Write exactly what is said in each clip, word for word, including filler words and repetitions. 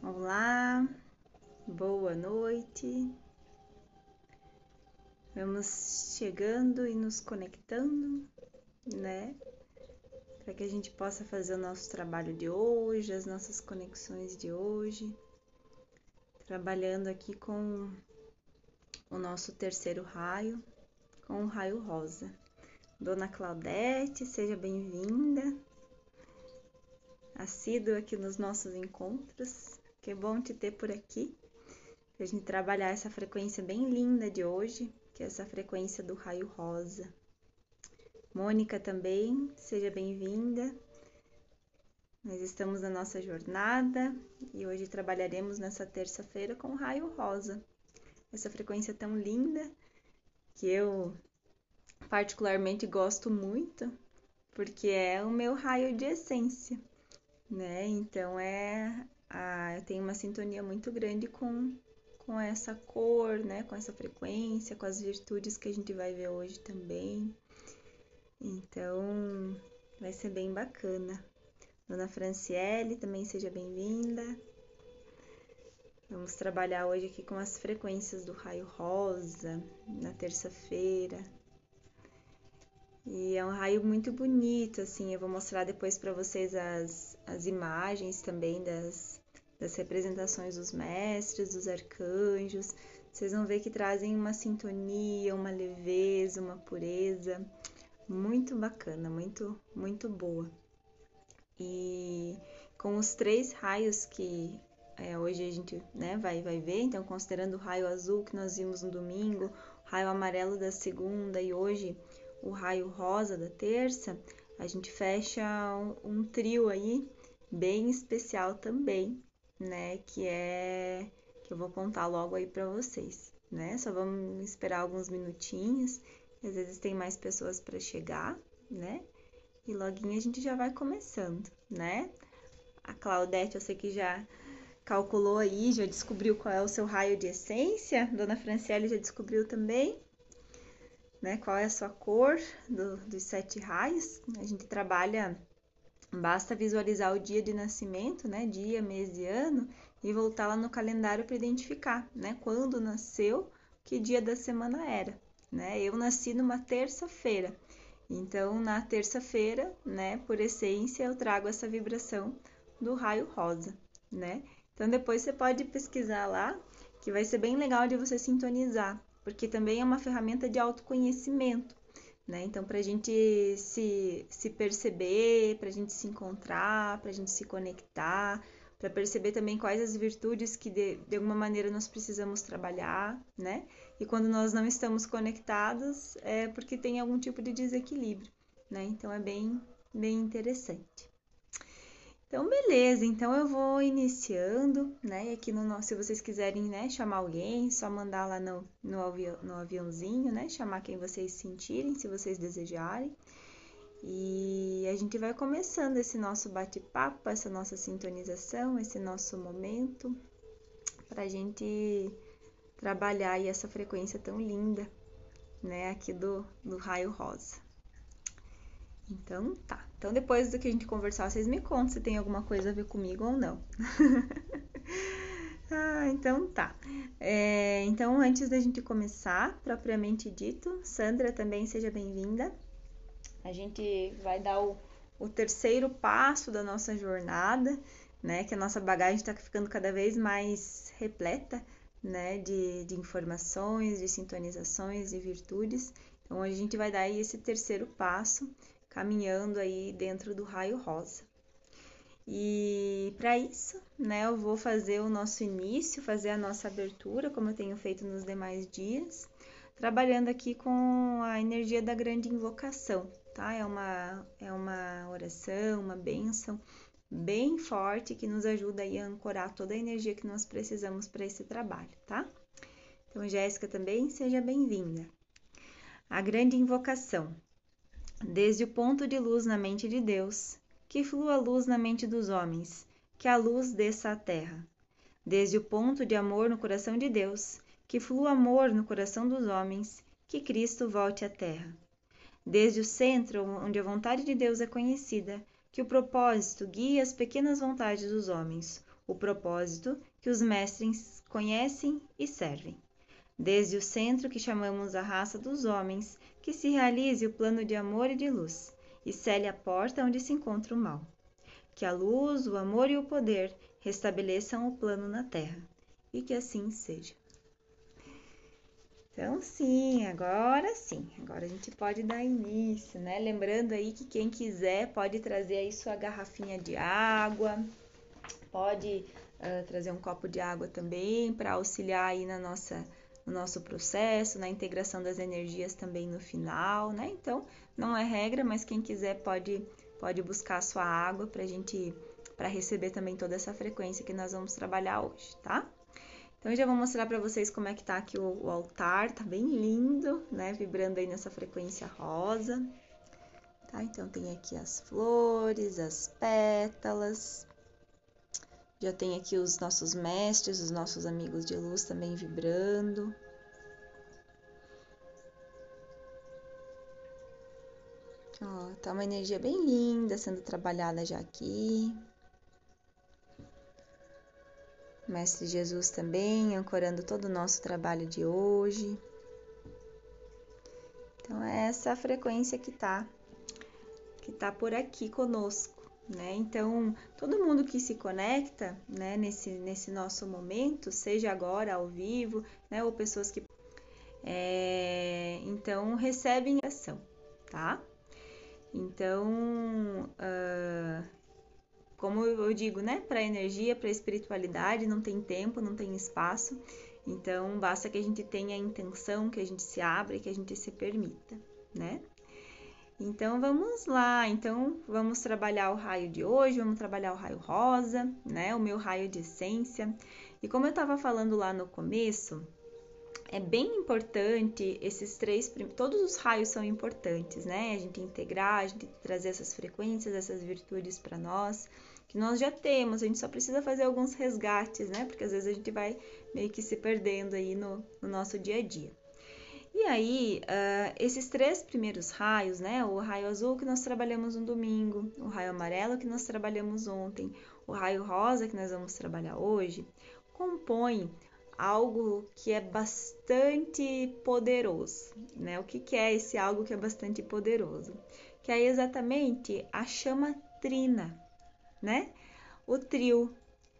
Olá, boa noite. Vamos chegando e nos conectando, né? Para que a gente possa fazer o nosso trabalho de hoje, as nossas conexões de hoje. Trabalhando aqui com o nosso terceiro raio, com o raio rosa. Dona Claudete, seja bem-vinda. Assídua aqui nos nossos encontros. Que bom te ter por aqui. Pra gente trabalhar essa frequência bem linda de hoje, que é essa frequência do raio rosa. Mônica também, seja bem-vinda. Nós estamos na nossa jornada e hoje trabalharemos nessa terça-feira com o raio rosa. Essa frequência tão linda que eu particularmente gosto muito, porque é o meu raio de essência, né? Então é a, eu tenho uma sintonia muito grande com com essa cor, né, com essa frequência, com as virtudes que a gente vai ver hoje também. Então, vai ser bem bacana. Dona Franciele, também seja bem-vinda. Vamos trabalhar hoje aqui com as frequências do raio rosa, na terça-feira. E é um raio muito bonito, assim, eu vou mostrar depois para vocês as, as imagens também das das representações dos mestres, dos arcanjos. Vocês vão ver que trazem uma sintonia, uma leveza, uma pureza muito bacana, muito, muito boa. E com os três raios que é, hoje a gente né, vai, vai ver, então considerando o raio azul que nós vimos no domingo, o raio amarelo da segunda e hoje o raio rosa da terça, a gente fecha um, um trio aí bem especial também, né, que é que eu vou contar logo aí para vocês, né? Só vamos esperar alguns minutinhos, às vezes tem mais pessoas para chegar, né? E loguinho a gente já vai começando, né? A Claudete, eu sei que já calculou aí, já descobriu qual é o seu raio de essência. Dona Franciele já descobriu também, né? Qual é a sua cor do, dos sete raios. A gente trabalha. Basta visualizar o dia de nascimento, né, dia, mês e ano, e voltar lá no calendário para identificar, né, quando nasceu, que dia da semana era, né? Eu nasci numa terça-feira, então na terça-feira, né, por essência, eu trago essa vibração do raio rosa, né? Então depois você pode pesquisar lá, que vai ser bem legal de você sintonizar, porque também é uma ferramenta de autoconhecimento. Né? Então, para a gente se, se perceber, para a gente se encontrar, para a gente se conectar, para perceber também quais as virtudes que de, de alguma maneira nós precisamos trabalhar, né? E quando nós não estamos conectados é porque tem algum tipo de desequilíbrio, né? Então, é bem, bem interessante. Então, beleza, então eu vou iniciando, né? E aqui no nosso, se vocês quiserem, né, chamar alguém, só mandar lá no, no, avião, no aviãozinho, né? Chamar quem vocês sentirem, se vocês desejarem. E a gente vai começando esse nosso bate-papo, essa nossa sintonização, esse nosso momento, pra gente trabalhar aí essa frequência tão linda, né? Aqui do, do raio rosa. Então, tá. Então, depois do que a gente conversar, vocês me contam se tem alguma coisa a ver comigo ou não. ah, então tá. É, então, antes da gente começar, propriamente dito, Sandra, também seja bem-vinda. A gente vai dar o, o terceiro passo da nossa jornada, né? Que a nossa bagagem está ficando cada vez mais repleta, né? De, de informações, de sintonizações e virtudes. Então, hoje a gente vai dar aí esse terceiro passo, caminhando aí dentro do raio rosa. E para isso, né, eu vou fazer o nosso início, fazer a nossa abertura, como eu tenho feito nos demais dias, trabalhando aqui com a energia da grande invocação, tá? É uma, é uma oração, uma bênção bem forte que nos ajuda aí a ancorar toda a energia que nós precisamos para esse trabalho, tá? Então, Jéssica também, seja bem-vinda. A grande invocação. Desde o ponto de luz na mente de Deus, que flua a luz na mente dos homens, que a luz desça à terra. Desde o ponto de amor no coração de Deus, que flua amor no coração dos homens, que Cristo volte à terra. Desde o centro onde a vontade de Deus é conhecida, que o propósito guie as pequenas vontades dos homens, o propósito que os mestres conhecem e servem. Desde o centro que chamamos a raça dos homens, que se realize o plano de amor e de luz, e cele a porta onde se encontra o mal. Que a luz, o amor e o poder restabeleçam o plano na terra, e que assim seja. Então, sim, agora sim, agora a gente pode dar início, né? Lembrando aí que quem quiser pode trazer aí sua garrafinha de água, pode uh, trazer um copo de água também para auxiliar aí na nossa, no nosso processo, na integração das energias também no final, né? Então, não é regra, mas quem quiser pode, pode buscar a sua água para a gente, para receber também toda essa frequência que nós vamos trabalhar hoje, tá? Então, eu já vou mostrar para vocês como é que tá aqui o, o altar, tá bem lindo, né? Vibrando aí nessa frequência rosa, tá? Então, tem aqui as flores, as pétalas. Já tem aqui os nossos mestres, os nossos amigos de luz também vibrando. Ó, tá uma energia bem linda sendo trabalhada já aqui. Mestre Jesus também ancorando todo o nosso trabalho de hoje. Então, é essa a frequência que tá, que tá por aqui conosco, né? Então, todo mundo que se conecta, né, nesse, nesse nosso momento, seja agora ao vivo, né, ou pessoas que... É, então, recebem ação, tá? Então, uh, como eu digo, né, para energia, para espiritualidade, não tem tempo, não tem espaço. Então, basta que a gente tenha a intenção, que a gente se abra e que a gente se permita, né? Então, vamos lá. Então, vamos trabalhar o raio de hoje, vamos trabalhar o raio rosa, né? O meu raio de essência. E como eu estava falando lá no começo, é bem importante esses três, todos os raios são importantes, né? A gente integrar, a gente trazer essas frequências, essas virtudes para nós, que nós já temos, a gente só precisa fazer alguns resgates, né? Porque às vezes a gente vai meio que se perdendo aí no, no nosso dia a dia. E aí, uh, esses três primeiros raios, né? O raio azul que nós trabalhamos no domingo, o raio amarelo que nós trabalhamos ontem, o raio rosa que nós vamos trabalhar hoje, compõem algo que é bastante poderoso, né? O que, que é esse algo que é bastante poderoso? Que é exatamente a chama trina, né? O trio,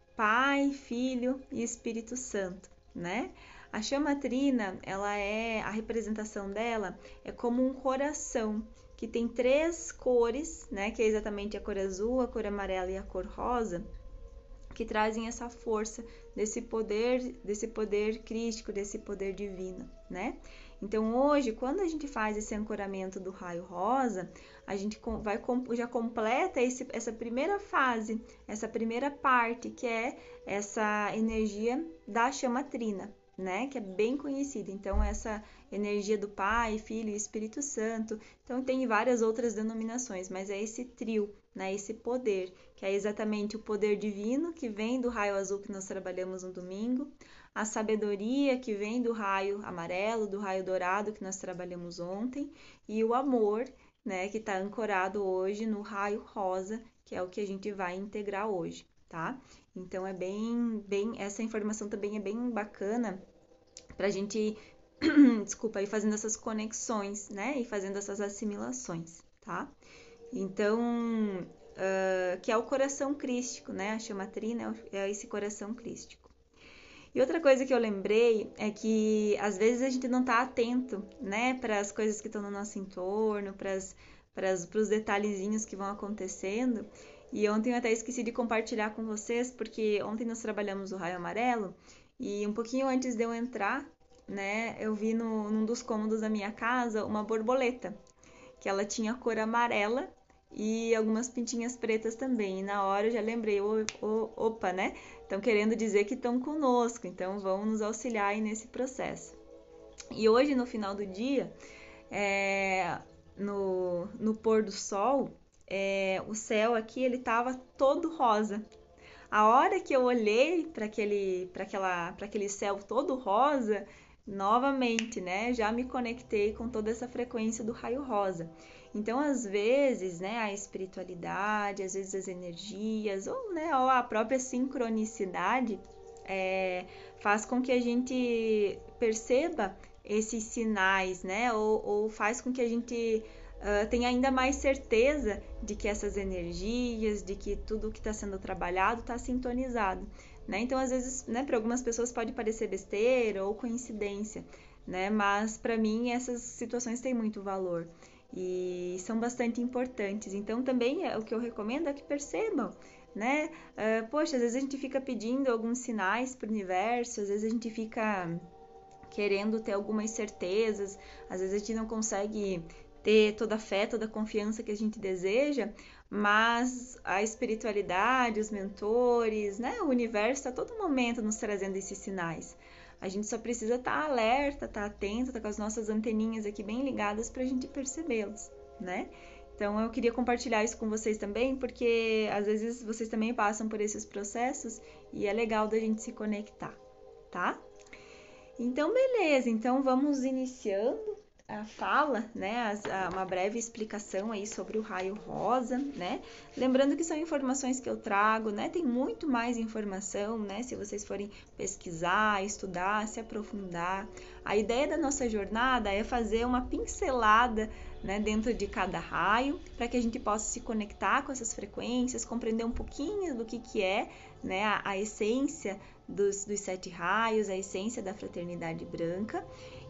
Pai, Filho e Espírito Santo, né? A chama trina, ela é, a representação dela é como um coração que tem três cores, né? Que é exatamente a cor azul, a cor amarela e a cor rosa, que trazem essa força desse poder, desse poder crístico, desse poder divino, né? Então, hoje, quando a gente faz esse ancoramento do raio rosa, a gente vai, já completa esse, essa primeira fase, essa primeira parte, que é essa energia da chama trina, né? Que é bem conhecida. Então, essa energia do Pai, Filho e Espírito Santo. Então, tem várias outras denominações, mas é esse trio, né? Esse poder, que é exatamente o poder divino, que vem do raio azul que nós trabalhamos no domingo, a sabedoria, que vem do raio amarelo, do raio dourado, que nós trabalhamos ontem, e o amor, né? Que está ancorado hoje no raio rosa, que é o que a gente vai integrar hoje, tá? Então, é bem, bem, essa informação também é bem bacana para a gente, desculpa, ir fazendo essas conexões, né? E fazendo essas assimilações, tá? Então, uh, que é o coração crístico, né? A chama trina é esse coração crístico. E outra coisa que eu lembrei é que às vezes a gente não está atento, né? Para as coisas que estão no nosso entorno, para os detalhezinhos que vão acontecendo. E ontem eu até esqueci de compartilhar com vocês, porque ontem nós trabalhamos o raio amarelo e um pouquinho antes de eu entrar, né, eu vi no, num dos cômodos da minha casa uma borboleta, que ela tinha cor amarela e algumas pintinhas pretas também. E na hora eu já lembrei, o, o, opa, né? Estão querendo dizer que estão conosco, então vão nos auxiliar aí nesse processo. E hoje, no final do dia, é, no, no pôr do sol, É, o céu aqui ele estava todo rosa. A hora que eu olhei para aquele, para aquela, para aquele céu todo rosa, novamente, né, já me conectei com toda essa frequência do raio rosa. Então, às vezes, né, a espiritualidade, às vezes as energias, ou, né, ou a própria sincronicidade é, faz com que a gente perceba esses sinais, né, ou, ou faz com que a gente uh, tenha ainda mais certeza de que essas energias, de que tudo que está sendo trabalhado está sintonizado. Né? Então, às vezes, né, para algumas pessoas pode parecer besteira ou coincidência, né? Mas para mim essas situações têm muito valor e são bastante importantes. Então, também é, o que eu recomendo é que percebam, né? Uh, poxa, às vezes a gente fica pedindo alguns sinais para o universo, às vezes a gente fica querendo ter algumas certezas, às vezes a gente não consegue ter toda a fé, toda a confiança que a gente deseja, mas a espiritualidade, os mentores, né, o universo está a todo momento nos trazendo esses sinais. A gente só precisa estar tá alerta, estar tá atento, estar tá com as nossas anteninhas aqui bem ligadas para a gente percebê-los, né? Então eu queria compartilhar isso com vocês também, porque às vezes vocês também passam por esses processos e é legal da gente se conectar, tá? Então, beleza. Então, vamos iniciando a fala, né, uma breve explicação aí sobre o raio rosa, né, lembrando que são informações que eu trago, né, tem muito mais informação, né, se vocês forem pesquisar, estudar, se aprofundar. A ideia da nossa jornada é fazer uma pincelada, né, dentro de cada raio, para que a gente possa se conectar com essas frequências, compreender um pouquinho do que que é, né, a, a essência dos, dos sete raios, a essência da fraternidade branca.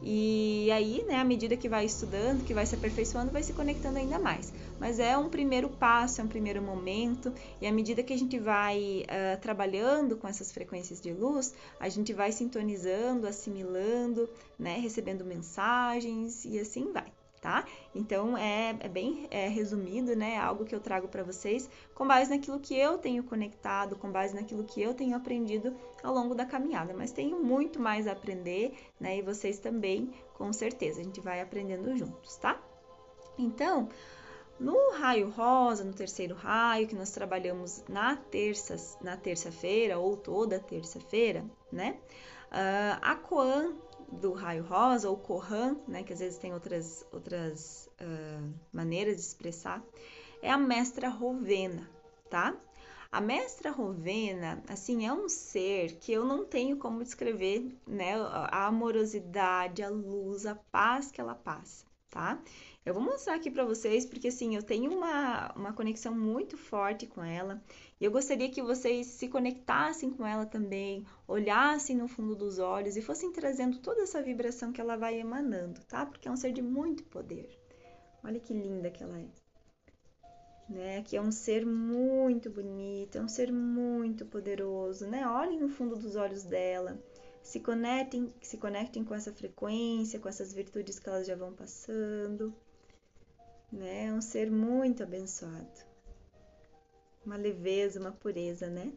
E aí, né, à medida que vai estudando, que vai se aperfeiçoando, vai se conectando ainda mais. Mas é um primeiro passo, é um primeiro momento, e à medida que a gente vai uh, trabalhando com essas frequências de luz, a gente vai sintonizando, assimilando, né, recebendo mensagens e assim vai. Tá? Então é, é bem é, resumido, né? Algo que eu trago para vocês com base naquilo que eu tenho conectado, com base naquilo que eu tenho aprendido ao longo da caminhada. Mas tenho muito mais a aprender, né? E vocês também, com certeza. A gente vai aprendendo juntos, tá? Então, no raio rosa, no terceiro raio, que nós trabalhamos na terça, na terça-feira ou toda terça-feira, né? Uh, a Koan do raio rosa, ou Kohan, né, que às vezes tem outras, outras uh, maneiras de expressar, é a mestra Rovena, tá? A mestra Rovena, assim, é um ser que eu não tenho como descrever, né, a amorosidade, a luz, a paz que ela passa, tá? Eu vou mostrar aqui para vocês, porque assim, eu tenho uma, uma conexão muito forte com ela, e eu gostaria que vocês se conectassem com ela também, olhassem no fundo dos olhos e fossem trazendo toda essa vibração que ela vai emanando, tá? Porque é um ser de muito poder. Olha que linda que ela é. Né? Que é um ser muito bonito, é um ser muito poderoso, né? Olhem no fundo dos olhos dela. Se conectem, se conectem com essa frequência, com essas virtudes que elas já vão passando. Né? É um ser muito abençoado. Uma leveza, uma pureza, né?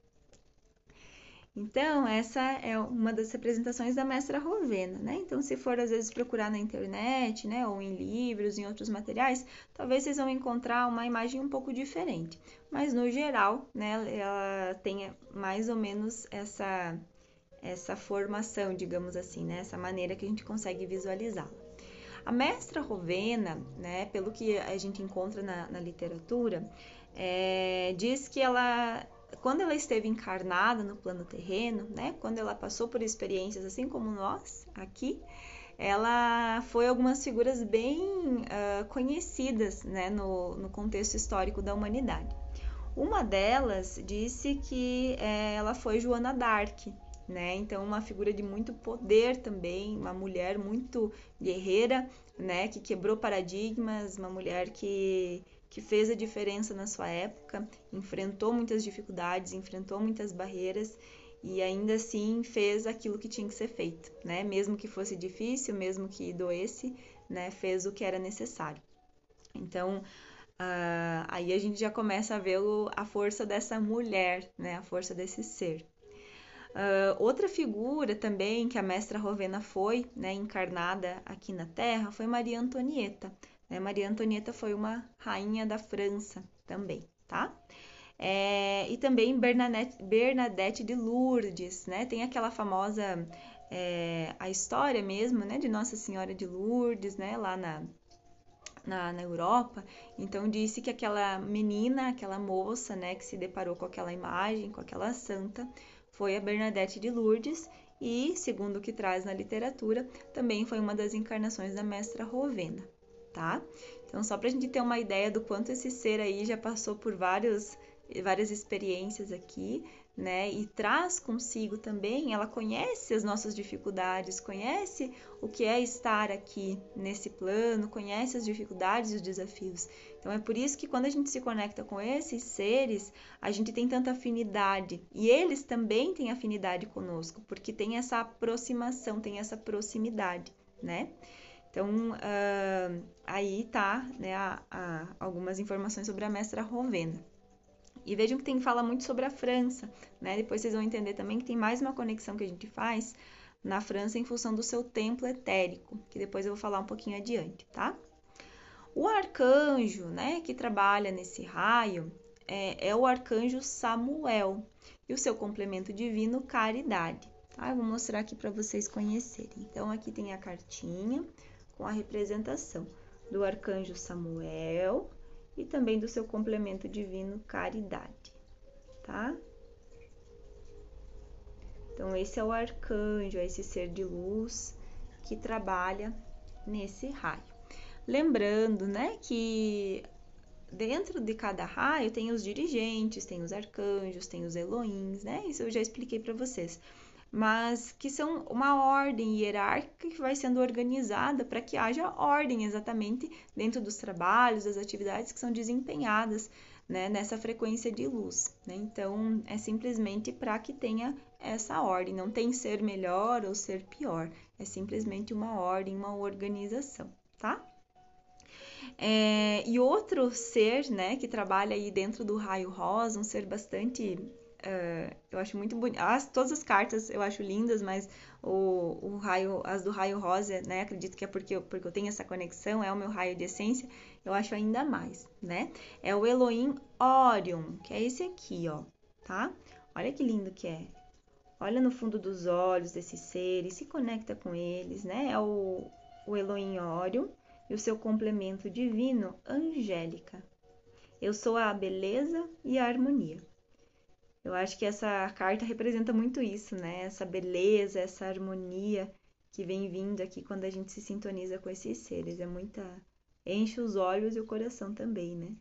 Então, essa é uma das representações da mestra Rovena, né? Então, se for às vezes procurar na internet, né, ou em livros, em outros materiais, talvez vocês vão encontrar uma imagem um pouco diferente. Mas no geral, né, ela tem mais ou menos essa essa formação, digamos assim, né, essa maneira que a gente consegue visualizá-la. A mestra Rovena, né, pelo que a gente encontra na, na literatura, é, diz que ela, quando ela esteve encarnada no plano terreno, né, quando ela passou por experiências assim como nós aqui, ela foi algumas figuras bem uh, conhecidas, né, no, no contexto histórico da humanidade. Uma delas disse que é, ela foi Joana d'Arc, né? Então, uma figura de muito poder também, uma mulher muito guerreira, né? Que quebrou paradigmas, uma mulher que, que fez a diferença na sua época, enfrentou muitas dificuldades, enfrentou muitas barreiras e ainda assim fez aquilo que tinha que ser feito, né? Mesmo que fosse difícil, mesmo que doesse, né? Fez o que era necessário. Então, uh, aí a gente já começa a ver o, a força dessa mulher, né? A força desse ser. Uh, outra figura também que a mestra Rovena foi, né, encarnada aqui na Terra foi Maria Antonieta. Né? Maria Antonieta foi uma rainha da França também, tá? É, e também Bernadette, Bernadette de Lourdes, né? Tem aquela famosa, é, a história mesmo, né, de Nossa Senhora de Lourdes, né, lá na, na, na Europa. Então disse que aquela menina, aquela moça, né, que se deparou com aquela imagem, com aquela santa, foi a Bernadette de Lourdes e, segundo o que traz na literatura, também foi uma das encarnações da Mestra Rowena, tá? Então, só para a gente ter uma ideia do quanto esse ser aí já passou por vários, várias experiências aqui, né? E traz consigo também, ela conhece as nossas dificuldades, conhece o que é estar aqui nesse plano, conhece as dificuldades e os desafios. Então, é por isso que quando a gente se conecta com esses seres, a gente tem tanta afinidade. E eles também têm afinidade conosco, porque tem essa aproximação, tem essa proximidade, né? Então, uh, aí tá, né, a, a, algumas informações sobre a Mestra Rowena. E vejam que tem fala muito sobre a França, né? Depois vocês vão entender também que tem mais uma conexão que a gente faz na França em função do seu templo etérico, que depois eu vou falar um pouquinho adiante, tá? O arcanjo, né, que trabalha nesse raio é, é o arcanjo Samuel e o seu complemento divino, Caridade. Tá? Eu vou mostrar aqui para vocês conhecerem. Então, aqui tem a cartinha com a representação do arcanjo Samuel e também do seu complemento divino, Caridade, tá? Então, esse é o arcanjo, é esse ser de luz que trabalha nesse raio. Lembrando, né, que dentro de cada raio tem os dirigentes, tem os arcanjos, tem os Elohims, né? Isso eu já expliquei para vocês. Mas que são uma ordem hierárquica que vai sendo organizada para que haja ordem exatamente dentro dos trabalhos, das atividades que são desempenhadas, né, nessa frequência de luz, né? Então, é simplesmente para que tenha essa ordem, não tem ser melhor ou ser pior, é simplesmente uma ordem, uma organização, tá? É, e outro ser, né, que trabalha aí dentro do raio rosa, um ser bastante... Uh, eu acho muito bonito. As, todas as cartas eu acho lindas, mas o, o raio, as do raio rosa, né? Acredito que é porque eu, porque eu tenho essa conexão, é o meu raio de essência, eu acho ainda mais, né? É o Elohim Orion, que é esse aqui, ó, tá? Olha que lindo que é. Olha no fundo dos olhos desses seres, se conecta com eles, né? É o, o Elohim Orion e o seu complemento divino, Angélica. Eu sou a beleza e a harmonia. Eu acho que essa carta representa muito isso, né? Essa beleza, essa harmonia que vem vindo aqui quando a gente se sintoniza com esses seres. É muita... enche os olhos e o coração também, né?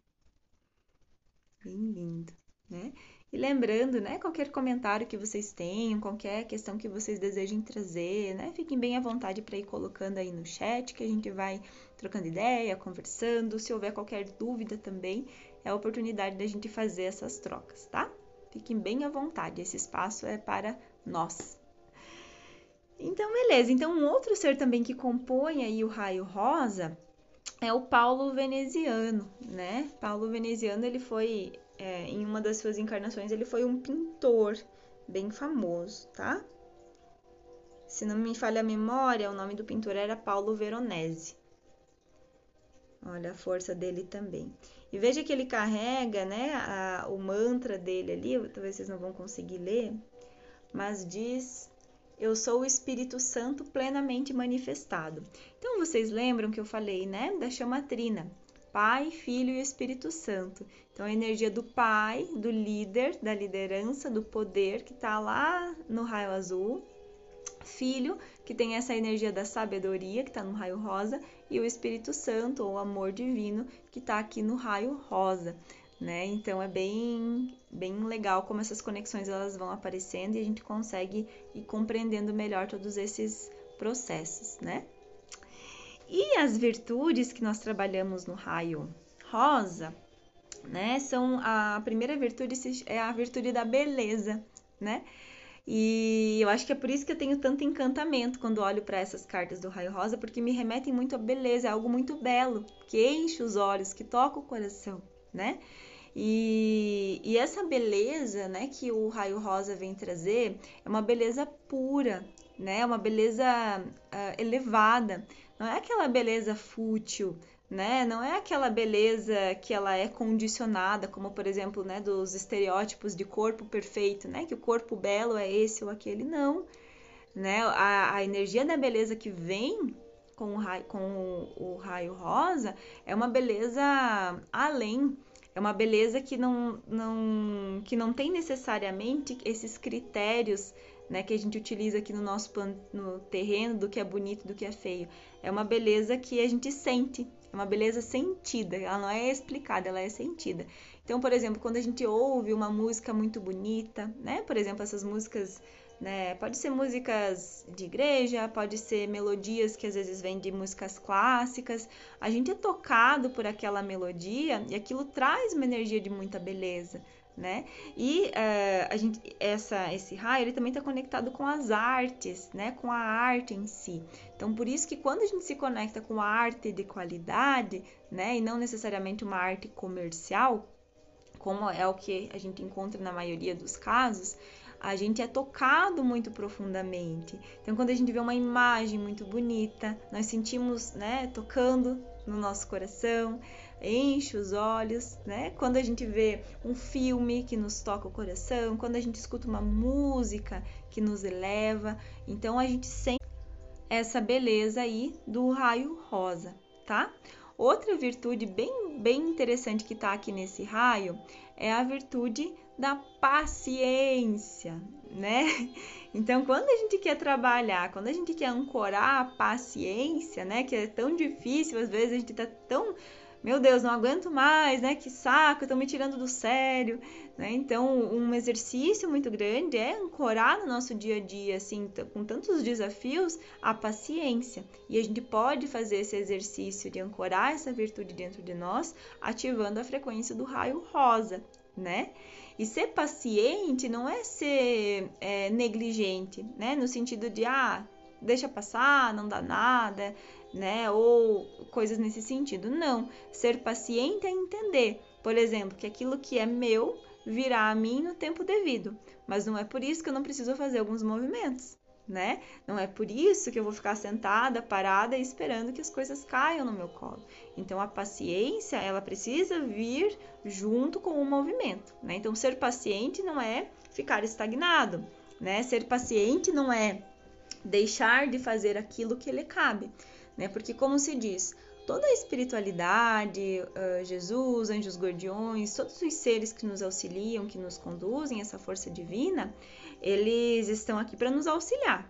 Bem lindo, né? E lembrando, né? Qualquer comentário que vocês tenham, qualquer questão que vocês desejem trazer, né? Fiquem bem à vontade para ir colocando aí no chat, que a gente vai trocando ideia, conversando. Se houver qualquer dúvida também, é a oportunidade da gente fazer essas trocas, tá? Fiquem bem à vontade, esse espaço é para nós. Então, beleza. Então, um outro ser também que compõe aí o raio rosa é o Paulo Veneziano, né? Paulo Veneziano, ele foi, é, em uma das suas encarnações, ele foi um pintor bem famoso, tá? Se não me falha a memória, o nome do pintor era Paulo Veronese. Olha a força dele também. E veja que ele carrega, né, a, o mantra dele ali, talvez vocês não vão conseguir ler, mas diz: eu sou o Espírito Santo plenamente manifestado. Então, vocês lembram que eu falei, né, da chama trina, Pai, Filho e Espírito Santo. Então, a energia do Pai, do líder, da liderança, do poder, que está lá no raio azul. Filho, que tem essa energia da sabedoria, que está no raio rosa, e o Espírito Santo, ou amor divino, que está aqui no raio rosa, né? Então, é bem, bem legal como essas conexões elas vão aparecendo e a gente consegue ir compreendendo melhor todos esses processos, né? E as virtudes que nós trabalhamos no raio rosa, né? São a primeira virtude é a virtude da beleza, né? E eu acho que é por isso que eu tenho tanto encantamento quando olho para essas cartas do raio rosa, porque me remetem muito à beleza, é algo muito belo, que enche os olhos, que toca o coração, né? E, e essa beleza, né, que o raio rosa vem trazer é uma beleza pura, né? Uma beleza uh, elevada, não é aquela beleza fútil, né? Não é aquela beleza que ela é condicionada, como por exemplo, né, dos estereótipos de corpo perfeito, né? Que o corpo belo é esse ou aquele, não, né? A, a energia da beleza que vem com o raio, com o, o raio rosa é uma beleza além, é uma beleza que não, não, que não tem necessariamente esses critérios, né, que a gente utiliza aqui no nosso no terreno do que é bonito, do que é feio. É uma beleza que a gente sente, é uma beleza sentida, ela não é explicada, ela é sentida. Então, por exemplo, quando a gente ouve uma música muito bonita, né, por exemplo, essas músicas, né, pode ser músicas de igreja, pode ser melodias que às vezes vêm de músicas clássicas, a gente é tocado por aquela melodia e aquilo traz uma energia de muita beleza, né? E uh, a gente, essa, esse raio ele também está conectado com as artes, né? Com a arte em si. Então, por isso que quando a gente se conecta com a arte de qualidade, né? E não necessariamente uma arte comercial, como é o que a gente encontra na maioria dos casos, a gente é tocado muito profundamente. Então, quando a gente vê uma imagem muito bonita, nós sentimos, né, tocando no nosso coração, enche os olhos, né? Quando a gente vê um filme que nos toca o coração, quando a gente escuta uma música que nos eleva, então a gente sente essa beleza aí do raio rosa, tá? Outra virtude bem, bem interessante que tá aqui nesse raio é a virtude da paciência, né? Então, quando a gente quer trabalhar, quando a gente quer ancorar a paciência, né? Que é tão difícil, às vezes a gente tá tão... Meu Deus, não aguento mais, né? Que saco, estão me tirando do sério, né? Então, um exercício muito grande é ancorar no nosso dia a dia, assim, com tantos desafios, a paciência. E a gente pode fazer esse exercício de ancorar essa virtude dentro de nós, ativando a frequência do raio rosa, né? E ser paciente não é ser é, negligente, né? No sentido de, ah, deixa passar, não dá nada, né? Ou coisas nesse sentido. Não. Ser paciente é entender, por exemplo, que aquilo que é meu virá a mim no tempo devido. Mas não é por isso que eu não preciso fazer alguns movimentos, né? Não é por isso que eu vou ficar sentada, parada, esperando que as coisas caiam no meu colo. Então, a paciência, ela precisa vir junto com o movimento, né? Então, ser paciente não é ficar estagnado, né? Ser paciente não é deixar de fazer aquilo que lhe cabe, né? Porque, como se diz, toda a espiritualidade, uh, Jesus, anjos guardiões, todos os seres que nos auxiliam, que nos conduzem, essa força divina, eles estão aqui para nos auxiliar.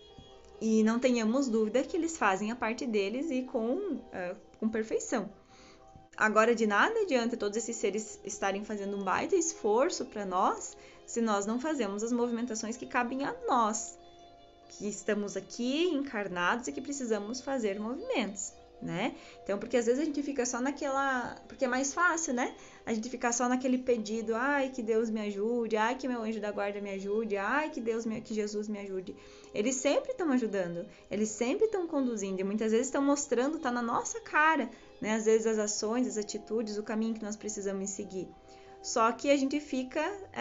E não tenhamos dúvida que eles fazem a parte deles e com, uh, com perfeição. Agora, de nada adianta todos esses seres estarem fazendo um baita esforço para nós, se nós não fazemos as movimentações que cabem a nós, que estamos aqui encarnados e que precisamos fazer movimentos, né? Então, porque às vezes a gente fica só naquela... Porque é mais fácil, né? A gente ficar só naquele pedido, ai, que Deus me ajude, ai, que meu anjo da guarda me ajude, ai, que Deus me... que Jesus me ajude. Eles sempre estão ajudando, eles sempre estão conduzindo e muitas vezes estão mostrando, tá na nossa cara, né? Às vezes as ações, as atitudes, o caminho que nós precisamos seguir. Só que a gente fica...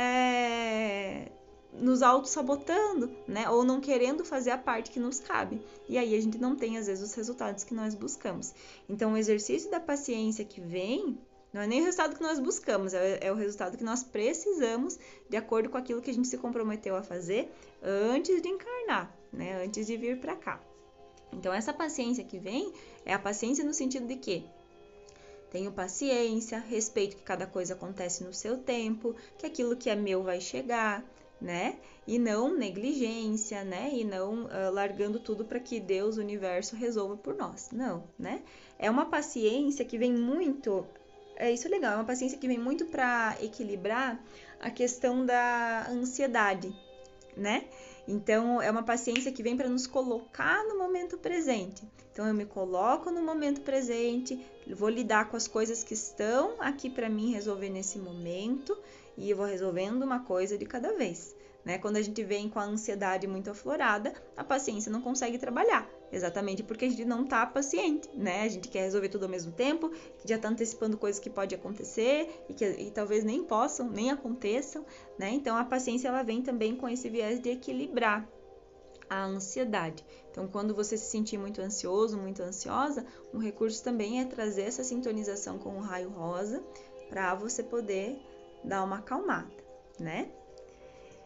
É... nos auto-sabotando, né? Ou não querendo fazer a parte que nos cabe. E aí a gente não tem, às vezes, os resultados que nós buscamos. Então, o exercício da paciência que vem, não é nem o resultado que nós buscamos, é, é o resultado que nós precisamos, de acordo com aquilo que a gente se comprometeu a fazer antes de encarnar, né? Antes de vir para cá. Então, essa paciência que vem é a paciência no sentido de que tenho paciência, respeito que cada coisa acontece no seu tempo, que aquilo que é meu vai chegar, né? E não negligência, né? E não uh, largando tudo para que Deus, o universo, resolva por nós. Não, né? É uma paciência que vem muito... É isso legal, é uma paciência que vem muito para equilibrar a questão da ansiedade, né? Então, é uma paciência que vem para nos colocar no momento presente. Então, eu me coloco no momento presente, vou lidar com as coisas que estão aqui para mim resolver nesse momento e eu vou resolvendo uma coisa de cada vez, né? Quando a gente vem com a ansiedade muito aflorada, a paciência não consegue trabalhar, exatamente porque a gente não tá paciente, né? A gente quer resolver tudo ao mesmo tempo, já tá antecipando coisas que podem acontecer e que e talvez nem possam, nem aconteçam, né? Então, a paciência ela vem também com esse viés de equilibrar a ansiedade. Então, quando você se sentir muito ansioso, muito ansiosa, um recurso também é trazer essa sintonização com o raio rosa para você poder dar uma acalmada, né?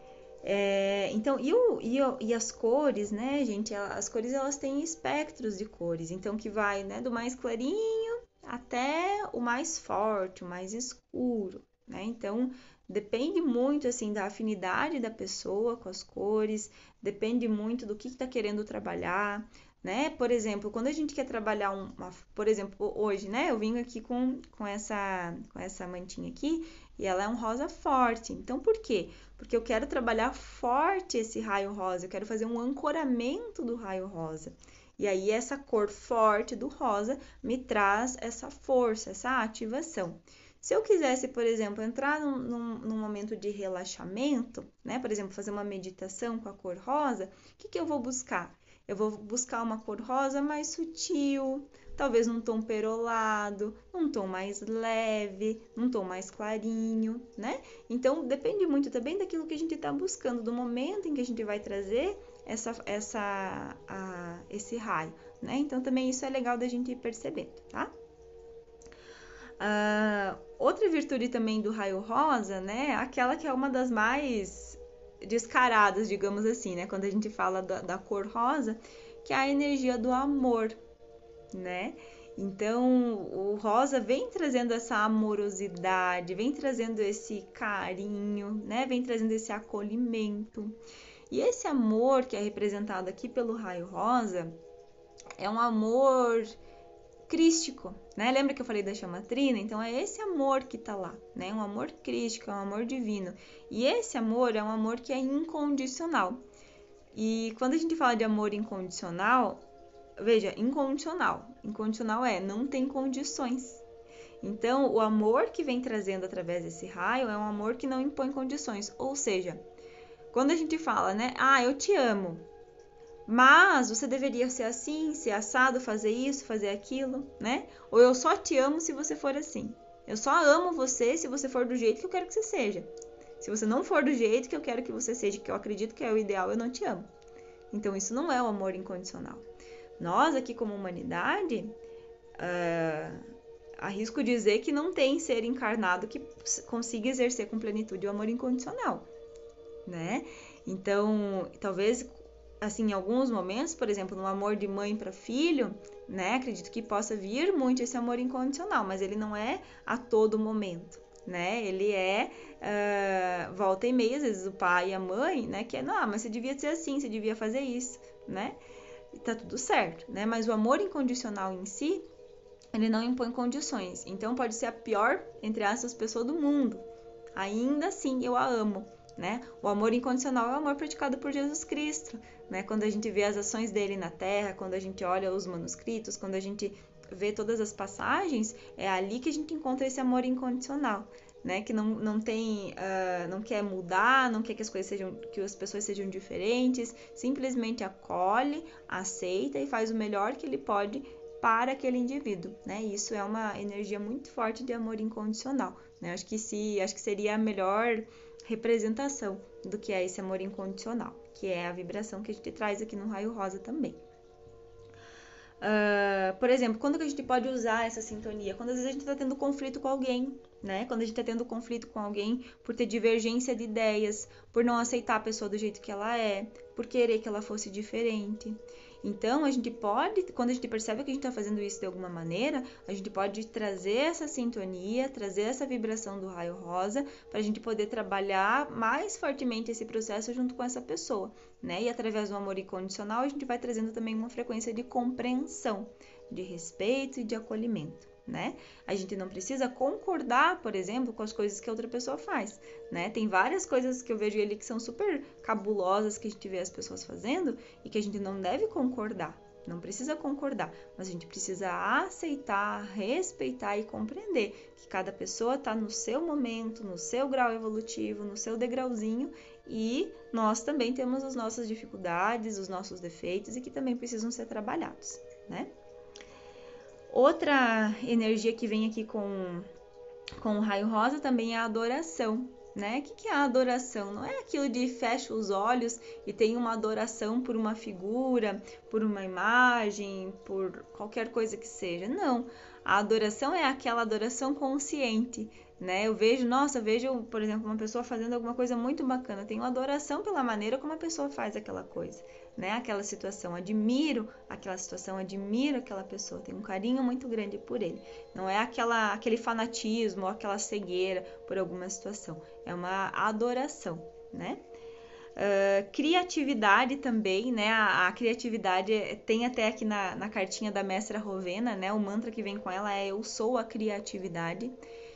É, então, e, o, e, o, e as cores, né, gente? As cores, elas têm espectros de cores. Então, que vai, né, do mais clarinho até o mais forte, o mais escuro, né? Então, depende muito, assim, da afinidade da pessoa com as cores, depende muito do que está querendo trabalhar, né? Por exemplo, quando a gente quer trabalhar uma, por exemplo, hoje, né? Eu vim aqui com, com essa com essa mantinha aqui e ela é um rosa forte. Então, por quê? Porque eu quero trabalhar forte esse raio rosa, eu quero fazer um ancoramento do raio rosa. E aí essa cor forte do rosa me traz essa força, essa ativação. Se eu quisesse, por exemplo, entrar num, num, num momento de relaxamento, né? Por exemplo, fazer uma meditação com a cor rosa, o que, que eu vou buscar? Eu vou buscar uma cor rosa mais sutil, talvez num tom perolado, num tom mais leve, num tom mais clarinho, né? Então, depende muito também daquilo que a gente está buscando, do momento em que a gente vai trazer essa, essa, a, esse raio, né? Então, também isso é legal da gente ir percebendo, tá? Uh, outra virtude também do raio rosa, né? Aquela que é uma das mais descaradas, digamos assim, né? Quando a gente fala da, da cor rosa, que é a energia do amor, né? Então, o rosa vem trazendo essa amorosidade, vem trazendo esse carinho, né? Vem trazendo esse acolhimento. E esse amor que é representado aqui pelo raio rosa é um amor crístico, né? Lembra que eu falei da chama trina? Então é esse amor que tá lá, né? Um amor crístico, é um amor divino. E esse amor é um amor que é incondicional. E quando a gente fala de amor incondicional, veja, incondicional. Incondicional é não tem condições. Então, o amor que vem trazendo através desse raio é um amor que não impõe condições. Ou seja, quando a gente fala, né? Ah, eu te amo. Mas você deveria ser assim, ser assado, fazer isso, fazer aquilo, né? Ou eu só te amo se você for assim. Eu só amo você se você for do jeito que eu quero que você seja. Se você não for do jeito que eu quero que você seja, que eu acredito que é o ideal, eu não te amo. Então, isso não é o amor incondicional. Nós, aqui como humanidade, uh, arrisco dizer que não tem ser encarnado que consiga exercer com plenitude o amor incondicional, né? Então, talvez, assim, em alguns momentos, por exemplo, no amor de mãe para filho, né? Acredito que possa vir muito esse amor incondicional, mas ele não é a todo momento, né? Ele é uh, volta e meia, às vezes o pai e a mãe, né? Que é, não, mas você devia ser assim, você devia fazer isso, né? E tá tudo certo, né? Mas o amor incondicional em si, ele não impõe condições. Então pode ser a pior, entre aspas, pessoa do mundo. Ainda assim eu a amo, né? O amor incondicional é o amor praticado por Jesus Cristo, né? Quando a gente vê as ações dele na terra, quando a gente olha os manuscritos, quando a gente vê todas as passagens, é ali que a gente encontra esse amor incondicional, né? Que não, não tem, uh, não quer mudar, não quer que as coisas sejam, que as pessoas sejam diferentes, simplesmente acolhe, aceita e faz o melhor que ele pode para aquele indivíduo, né? Isso é uma energia muito forte de amor incondicional, né? Acho que se, acho que seria a melhor representação do que é esse amor incondicional, que é a vibração que a gente traz aqui no raio rosa também. Uh, por exemplo, quando que a gente pode usar essa sintonia? Quando às vezes a gente está tendo conflito com alguém, né? Quando a gente está tendo conflito com alguém por ter divergência de ideias, por não aceitar a pessoa do jeito que ela é, por querer que ela fosse diferente. Então, a gente pode, quando a gente percebe que a gente está fazendo isso de alguma maneira, a gente pode trazer essa sintonia, trazer essa vibração do raio rosa, para a gente poder trabalhar mais fortemente esse processo junto com essa pessoa, né? E através do amor incondicional, a gente vai trazendo também uma frequência de compreensão, de respeito e de acolhimento, né? A gente não precisa concordar, por exemplo, com as coisas que a outra pessoa faz, né? Tem várias coisas que eu vejo ali que são super cabulosas que a gente vê as pessoas fazendo e que a gente não deve concordar, não precisa concordar, mas a gente precisa aceitar, respeitar e compreender que cada pessoa está no seu momento, no seu grau evolutivo, no seu degrauzinho e nós também temos as nossas dificuldades, os nossos defeitos e que também precisam ser trabalhados, né? Outra energia que vem aqui com, com o raio rosa também é a adoração, né? O que, que é a adoração? Não é aquilo de fecha os olhos e tem uma adoração por uma figura, por uma imagem, por qualquer coisa que seja. Não. A adoração é aquela adoração consciente, né? Eu vejo, nossa, vejo, por exemplo, uma pessoa fazendo alguma coisa muito bacana, tenho adoração pela maneira como a pessoa faz aquela coisa, né? Aquela situação, admiro aquela situação, admiro aquela pessoa, tenho um carinho muito grande por ele. Não é aquela, aquele fanatismo ou aquela cegueira por alguma situação, é uma adoração, né? Uh, criatividade também, né? A, a criatividade tem até aqui na, na cartinha da mestra Rovena, né? O mantra que vem com ela é eu sou a criatividade.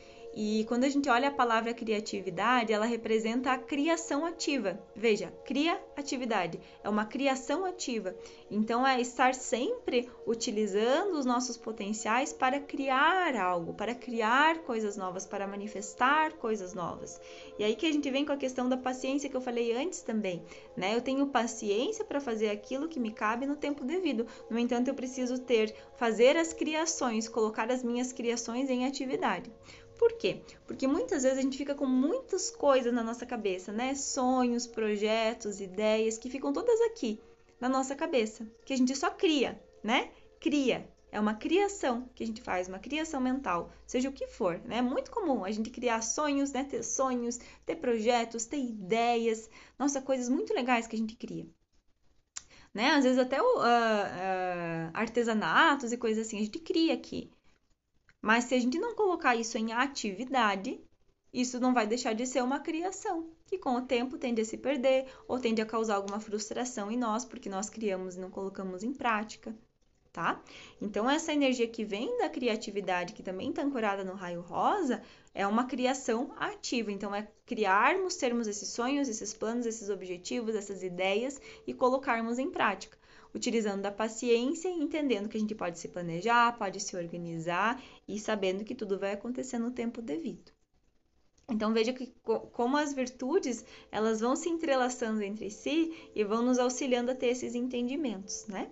E quando a gente olha a palavra criatividade, ela representa a criação ativa. Veja, criatividade é uma criação ativa. Então, é estar sempre utilizando os nossos potenciais para criar algo, para criar coisas novas, para manifestar coisas novas. E aí que a gente vem com a questão da paciência que eu falei antes também, né? Eu tenho paciência para fazer aquilo que me cabe no tempo devido. No entanto, eu preciso ter, fazer as criações, colocar as minhas criações em atividade. Por quê? Porque muitas vezes a gente fica com muitas coisas na nossa cabeça, né? Sonhos, projetos, ideias que ficam todas aqui na nossa cabeça, que a gente só cria, né? Cria. É uma criação que a gente faz, uma criação mental, seja o que for, né? É muito comum a gente criar sonhos, né? Ter sonhos, ter projetos, ter ideias, nossa, coisas muito legais que a gente cria. Né? Às vezes até uh, uh, artesanatos e coisas assim, a gente cria aqui. Mas se a gente não colocar isso em atividade, isso não vai deixar de ser uma criação, que com o tempo tende a se perder ou tende a causar alguma frustração em nós, porque nós criamos e não colocamos em prática, tá? Então, essa energia que vem da criatividade, que também está ancorada no raio rosa, é uma criação ativa. Então, é criarmos, termos esses sonhos, esses planos, esses objetivos, essas ideias e colocarmos em prática. Utilizando da paciência e entendendo que a gente pode se planejar, pode se organizar e sabendo que tudo vai acontecer no tempo devido. Então veja que como as virtudes elas vão se entrelaçando entre si e vão nos auxiliando a ter esses entendimentos, né?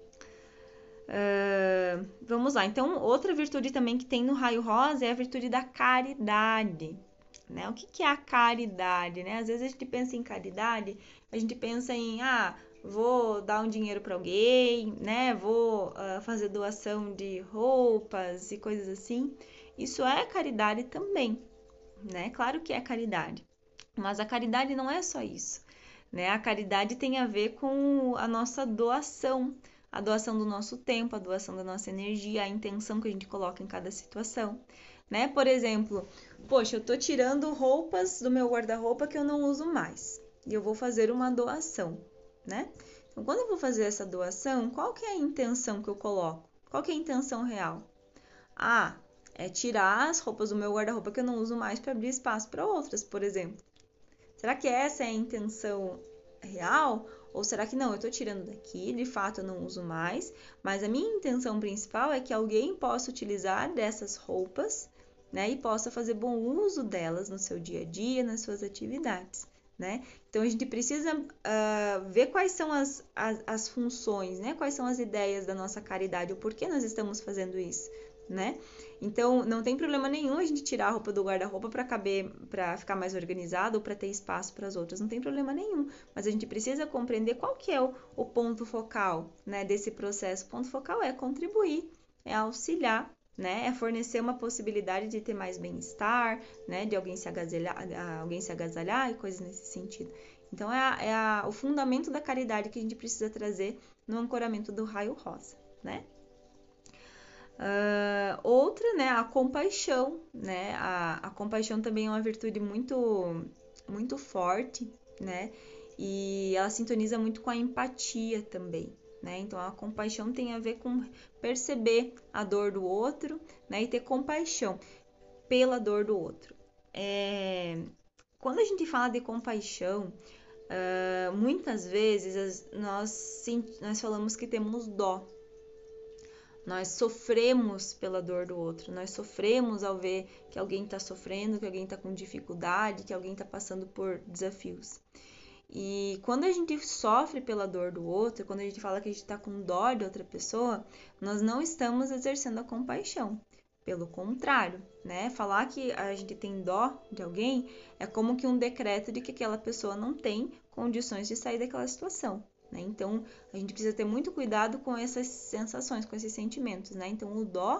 Uh, vamos lá, então outra virtude também que tem no raio rosa é a virtude da caridade. Né? O que, que é a caridade? Né? Às vezes a gente pensa em caridade, a gente pensa em ah, vou dar um dinheiro para alguém, né? Vou uh, fazer doação de roupas e coisas assim. Isso é caridade também, né? Claro que é caridade, mas a caridade não é só isso, né? A caridade tem a ver com a nossa doação, a doação do nosso tempo, a doação da nossa energia, a intenção que a gente coloca em cada situação, né? Por exemplo, poxa, eu tô tirando roupas do meu guarda-roupa que eu não uso mais e eu vou fazer uma doação. Né? Então, quando eu vou fazer essa doação, qual que é a intenção que eu coloco? Qual que é a intenção real? Ah, é tirar as roupas do meu guarda-roupa que eu não uso mais para abrir espaço para outras, por exemplo. Será que essa é a intenção real? Ou será que não, eu estou tirando daqui, de fato eu não uso mais, mas a minha intenção principal é que alguém possa utilizar dessas roupas, né, e possa fazer bom uso delas no seu dia a dia, nas suas atividades. Né? Então a gente precisa uh, ver quais são as, as, as funções, né? Quais são as ideias da nossa caridade, o porquê nós estamos fazendo isso, né? Então não tem problema nenhum a gente tirar a roupa do guarda-roupa para caber, para ficar mais organizado ou para ter espaço para as outras, não tem problema nenhum, mas a gente precisa compreender qual que é o, o ponto focal, né, desse processo. O ponto focal é contribuir, é auxiliar, né? É fornecer uma possibilidade de ter mais bem-estar, né? De alguém se agasalhar, alguém se agasalhar e coisas nesse sentido. Então, é, a, é a, o fundamento da caridade que a gente precisa trazer no ancoramento do raio rosa, né? Uh, outra, né? A compaixão, né? A, a compaixão também é uma virtude muito, muito forte, né? E ela sintoniza muito com a empatia também. Né? Então, a compaixão tem a ver com perceber a dor do outro, né? E ter compaixão pela dor do outro. É... Quando a gente fala de compaixão, uh, muitas vezes nós, nós falamos que temos dó. Nós sofremos pela dor do outro, nós sofremos ao ver que alguém está sofrendo, que alguém está com dificuldade, que alguém está passando por desafios. E quando a gente sofre pela dor do outro, quando a gente fala que a gente está com dó de outra pessoa, nós não estamos exercendo a compaixão. Pelo contrário, né? Falar que a gente tem dó de alguém é como que um decreto de que aquela pessoa não tem condições de sair daquela situação, né? Então, a gente precisa ter muito cuidado com essas sensações, com esses sentimentos, né? Então, o dó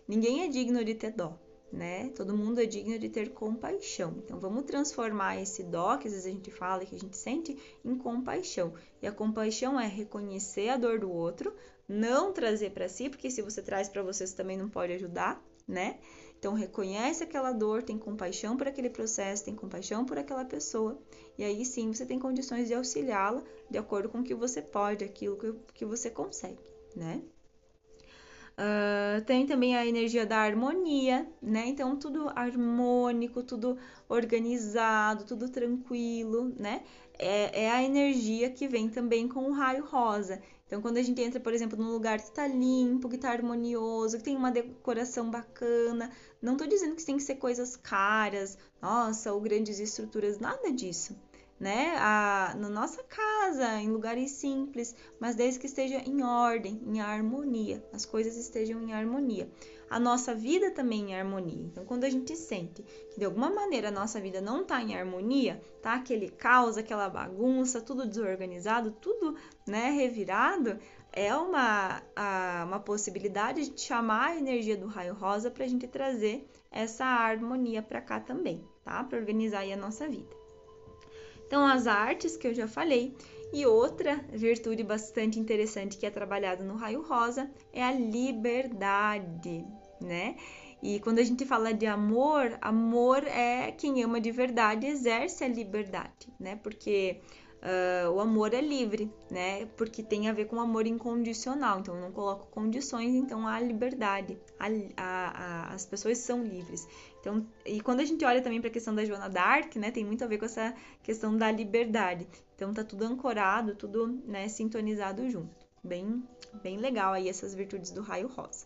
ninguém é digno de ter dó, né? Todo mundo é digno de ter compaixão. Então, vamos transformar esse dó, que às vezes a gente fala, que a gente sente, em compaixão. E a compaixão é reconhecer a dor do outro, não trazer para si, porque se você traz para você, você também não pode ajudar, né? Então, reconhece aquela dor, tem compaixão por aquele processo, tem compaixão por aquela pessoa, e aí sim você tem condições de auxiliá-la de acordo com o que você pode, aquilo que, que você consegue, né? Uh, tem também a energia da harmonia, né? Então, tudo harmônico, tudo organizado, tudo tranquilo, né? É, é a energia que vem também com o raio rosa. Então, quando a gente entra, por exemplo, num lugar que tá limpo, que tá harmonioso, que tem uma decoração bacana, não tô dizendo que tem que ser coisas caras, nossa, ou grandes estruturas, nada disso, né? A, na nossa casa, em lugares simples, mas desde que esteja em ordem, em harmonia, as coisas estejam em harmonia. A nossa vida também em harmonia. Então, quando a gente sente que de alguma maneira a nossa vida não está em harmonia, tá aquele caos, aquela bagunça, tudo desorganizado, tudo, né, revirado, é uma, a, uma possibilidade de chamar a energia do raio rosa para a gente trazer essa harmonia para cá também, tá? Para organizar aí a nossa vida. Então, as artes que eu já falei. E outra virtude bastante interessante que é trabalhada no raio rosa é a liberdade, né? E quando a gente fala de amor, amor é quem ama de verdade exerce a liberdade, né? Porque uh, o amor é livre, né? Porque tem a ver com amor incondicional, então eu não coloco condições, então há liberdade, a, a, a, as pessoas são livres. Então, e quando a gente olha também para a questão da Joana d'Arc, né, tem muito a ver com essa questão da liberdade. Então, tá tudo ancorado, tudo, né, sintonizado junto. Bem, bem legal aí essas virtudes do raio rosa.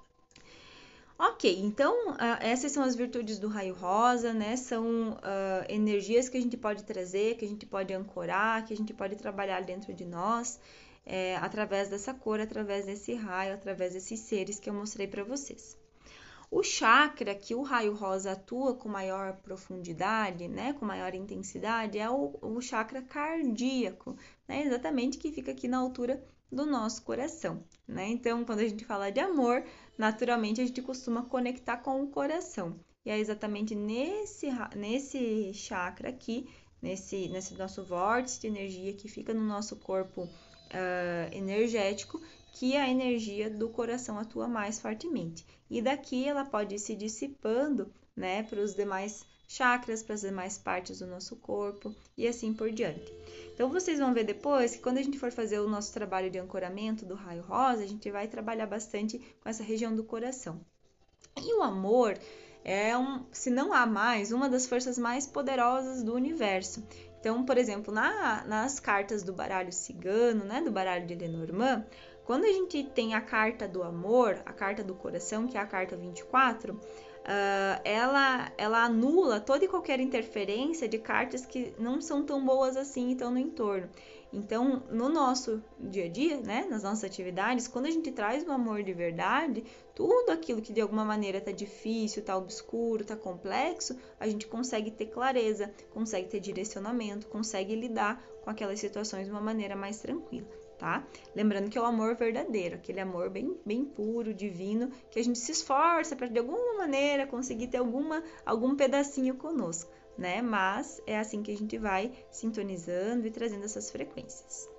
Ok, então, uh, essas são as virtudes do raio rosa, né? São uh, energias que a gente pode trazer, que a gente pode ancorar, que a gente pode trabalhar dentro de nós, é, através dessa cor, através desse raio, através desses seres que eu mostrei para vocês. O chakra que o raio rosa atua com maior profundidade, né, com maior intensidade, é o, o chakra cardíaco, né, exatamente que fica aqui na altura do nosso coração, né? Então, quando a gente fala de amor, naturalmente a gente costuma conectar com o coração. E é exatamente nesse, nesse chakra aqui, nesse, nesse nosso vórtice de energia que fica no nosso corpo uh, energético, que a energia do coração atua mais fortemente. E daqui ela pode ir se dissipando, né, para os demais chakras, para as demais partes do nosso corpo e assim por diante. Então, vocês vão ver depois que quando a gente for fazer o nosso trabalho de ancoramento do raio rosa, a gente vai trabalhar bastante com essa região do coração. E o amor é, um, se não há mais, uma das forças mais poderosas do universo. Então, por exemplo, na, nas cartas do baralho cigano, né, do baralho de Lenormand, quando a gente tem a carta do amor, a carta do coração, que é a carta vinte e quatro, uh, ela, ela anula toda e qualquer interferência de cartas que não são tão boas assim e estão no entorno. Então, no nosso dia a dia, né, nas nossas atividades, quando a gente traz o amor de verdade, tudo aquilo que de alguma maneira está difícil, está obscuro, está complexo, a gente consegue ter clareza, consegue ter direcionamento, consegue lidar com aquelas situações de uma maneira mais tranquila. Tá? Lembrando que é o amor verdadeiro, aquele amor bem, bem puro, divino, que a gente se esforça para de alguma maneira conseguir ter alguma, algum pedacinho conosco, né? Mas é assim que a gente vai sintonizando e trazendo essas frequências.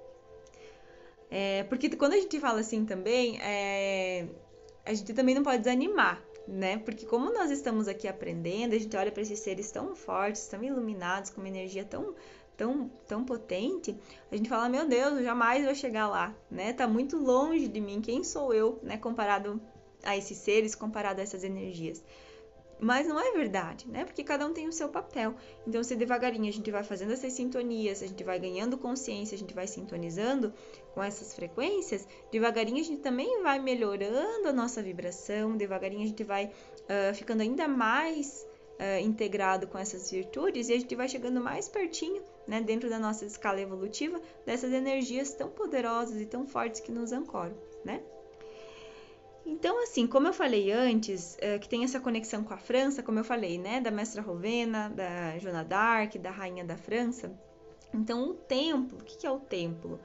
É, porque quando a gente fala assim também, é, a gente também não pode desanimar, né? Porque como nós estamos aqui aprendendo, a gente olha para esses seres tão fortes, tão iluminados, com uma energia tão Tão, tão potente, a gente fala, meu Deus, eu jamais vou chegar lá, né? Tá muito longe de mim, quem sou eu, né? Comparado a esses seres, comparado a essas energias. Mas não é verdade, né? Porque cada um tem o seu papel. Então, se devagarinho a gente vai fazendo essas sintonias, a gente vai ganhando consciência, a gente vai sintonizando com essas frequências, devagarinho a gente também vai melhorando a nossa vibração, devagarinho a gente vai uh, ficando ainda mais Uh, integrado com essas virtudes e a gente vai chegando mais pertinho, né, dentro da nossa escala evolutiva, dessas energias tão poderosas e tão fortes que nos ancoram, né? Então, assim, como eu falei antes, uh, que tem essa conexão com a França, como eu falei, né, da Mestra Rowena, da Joana d'Arc, da Rainha da França. Então, o templo, o que é o templo?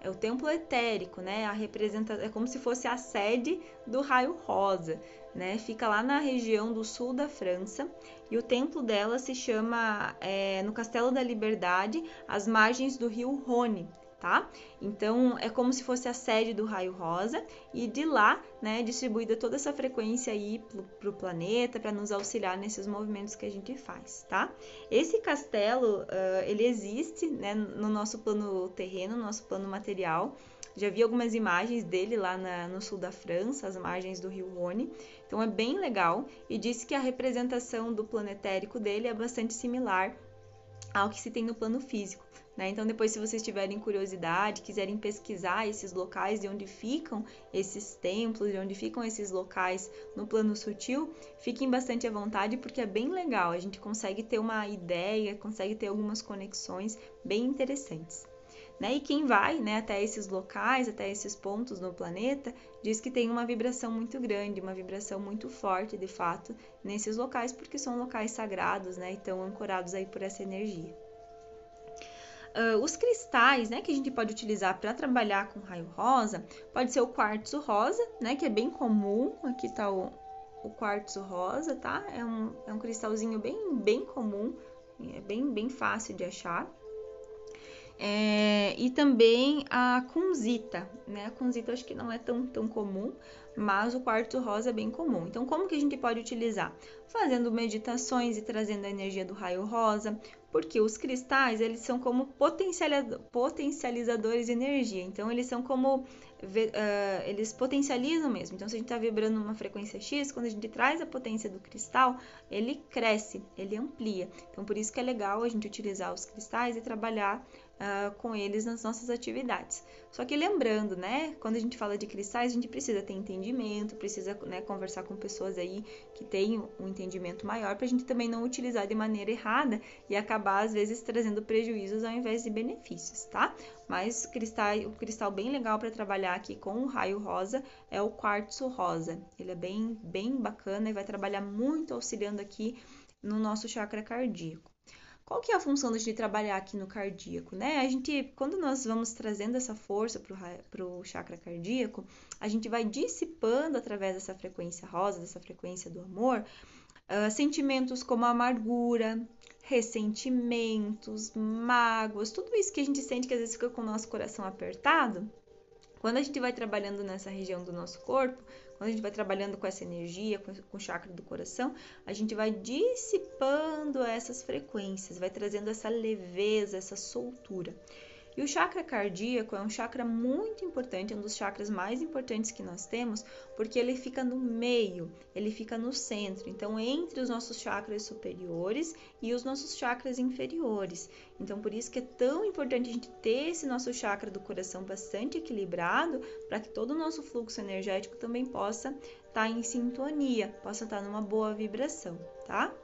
é o templo etérico, né? A representa... É como se fosse a sede do raio rosa, né? Fica lá na região do sul da França e o templo dela se chama é, no Castelo da Liberdade, às margens do rio Rhône. Tá? Então, é como se fosse a sede do raio rosa e de lá, né, distribuída toda essa frequência aí para o planeta, para nos auxiliar nesses movimentos que a gente faz, tá? Esse castelo, uh, ele existe, né, no nosso plano terreno, no nosso plano material. Já vi algumas imagens dele lá na, no sul da França, as margens do rio Rhône. Então, é bem legal e diz que a representação do planetérico dele é bastante similar ao que se tem no plano físico. Né? Então, depois, se vocês tiverem curiosidade, quiserem pesquisar esses locais de onde ficam esses templos, de onde ficam esses locais no plano sutil, fiquem bastante à vontade, porque é bem legal. A gente consegue ter uma ideia, consegue ter algumas conexões bem interessantes. Né? E quem vai, né, até esses locais, até esses pontos no planeta, diz que tem uma vibração muito grande, uma vibração muito forte, de fato, nesses locais, porque são locais sagrados, né, e estão ancorados aí por essa energia. Uh, os cristais, né, que a gente pode utilizar para trabalhar com raio rosa, pode ser o quartzo rosa, né, que é bem comum. Aqui está o, o quartzo rosa, tá? É um, é um cristalzinho bem, bem comum, é bem, bem fácil de achar. É, e também a kunzita, né? A kunzita acho que não é tão, tão comum, mas o quartzo rosa é bem comum. Então, como que a gente pode utilizar? Fazendo meditações e trazendo a energia do raio rosa, porque os cristais, eles são como potencializadores de energia. Então, eles são como... Uh, eles potencializam mesmo. Então, se a gente está vibrando numa frequência X, quando a gente traz a potência do cristal, ele cresce, ele amplia. Então, por isso que é legal a gente utilizar os cristais e trabalhar Uh, com eles nas nossas atividades. Só que lembrando, né, quando a gente fala de cristais, a gente precisa ter entendimento, precisa, né, conversar com pessoas aí que tenham um entendimento maior, para a gente também não utilizar de maneira errada e acabar, às vezes, trazendo prejuízos ao invés de benefícios, tá? Mas cristal, o cristal bem legal para trabalhar aqui com o raio rosa é o quartzo rosa. Ele é bem, bem bacana e vai trabalhar muito auxiliando aqui no nosso chakra cardíaco. Qual que é a função da gente trabalhar aqui no cardíaco, né? A gente, quando nós vamos trazendo essa força para o chakra cardíaco, a gente vai dissipando através dessa frequência rosa, dessa frequência do amor, uh, sentimentos como amargura, ressentimentos, mágoas, tudo isso que a gente sente que às vezes fica com o nosso coração apertado. Quando a gente vai trabalhando nessa região do nosso corpo, quando a gente vai trabalhando com essa energia, com o chakra do coração, a gente vai dissipando essas frequências, vai trazendo essa leveza, essa soltura. E o chakra cardíaco é um chakra muito importante, é um dos chakras mais importantes que nós temos, porque ele fica no meio, ele fica no centro, então entre os nossos chakras superiores e os nossos chakras inferiores. Então por isso que é tão importante a gente ter esse nosso chakra do coração bastante equilibrado, para que todo o nosso fluxo energético também possa estar em sintonia, possa estar numa boa vibração, tá?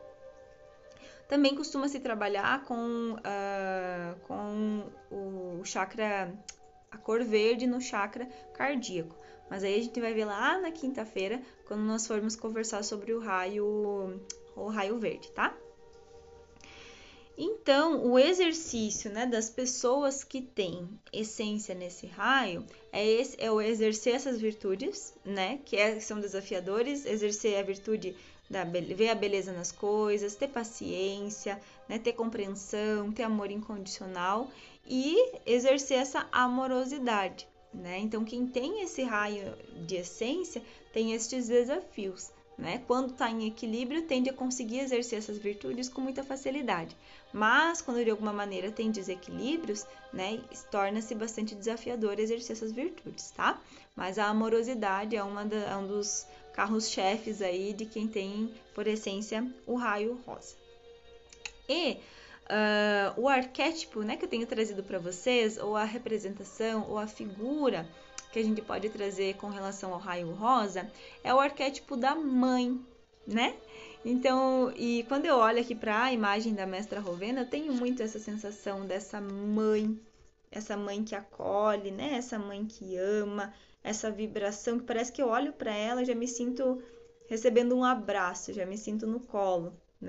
Também costuma se trabalhar com, uh, com o chakra, a cor verde no chakra cardíaco. Mas aí a gente vai ver lá na quinta-feira, quando nós formos conversar sobre o raio, o raio verde, tá? Então, o exercício, né, das pessoas que têm essência nesse raio é, esse, é o exercer essas virtudes, né, que é, são desafiadores, exercer a virtude da, ver a beleza nas coisas, ter paciência, né, ter compreensão, ter amor incondicional e exercer essa amorosidade, né? Então, quem tem esse raio de essência tem estes desafios, né? Quando está em equilíbrio, tende a conseguir exercer essas virtudes com muita facilidade. Mas, quando de alguma maneira tem desequilíbrios, né, torna-se bastante desafiador exercer essas virtudes, tá? Mas a amorosidade é, uma da, é um dos carros-chefes aí de quem tem, por essência, o raio rosa. E uh, o arquétipo, né, que eu tenho trazido para vocês, ou a representação, ou a figura que a gente pode trazer com relação ao raio rosa, é o arquétipo da mãe, né? Então, e quando eu olho aqui para a imagem da Mestra Rovena, eu tenho muito essa sensação dessa mãe, essa mãe que acolhe, né? Essa mãe que ama, essa vibração que parece que eu olho para ela e já me sinto recebendo um abraço, já me sinto no colo, né?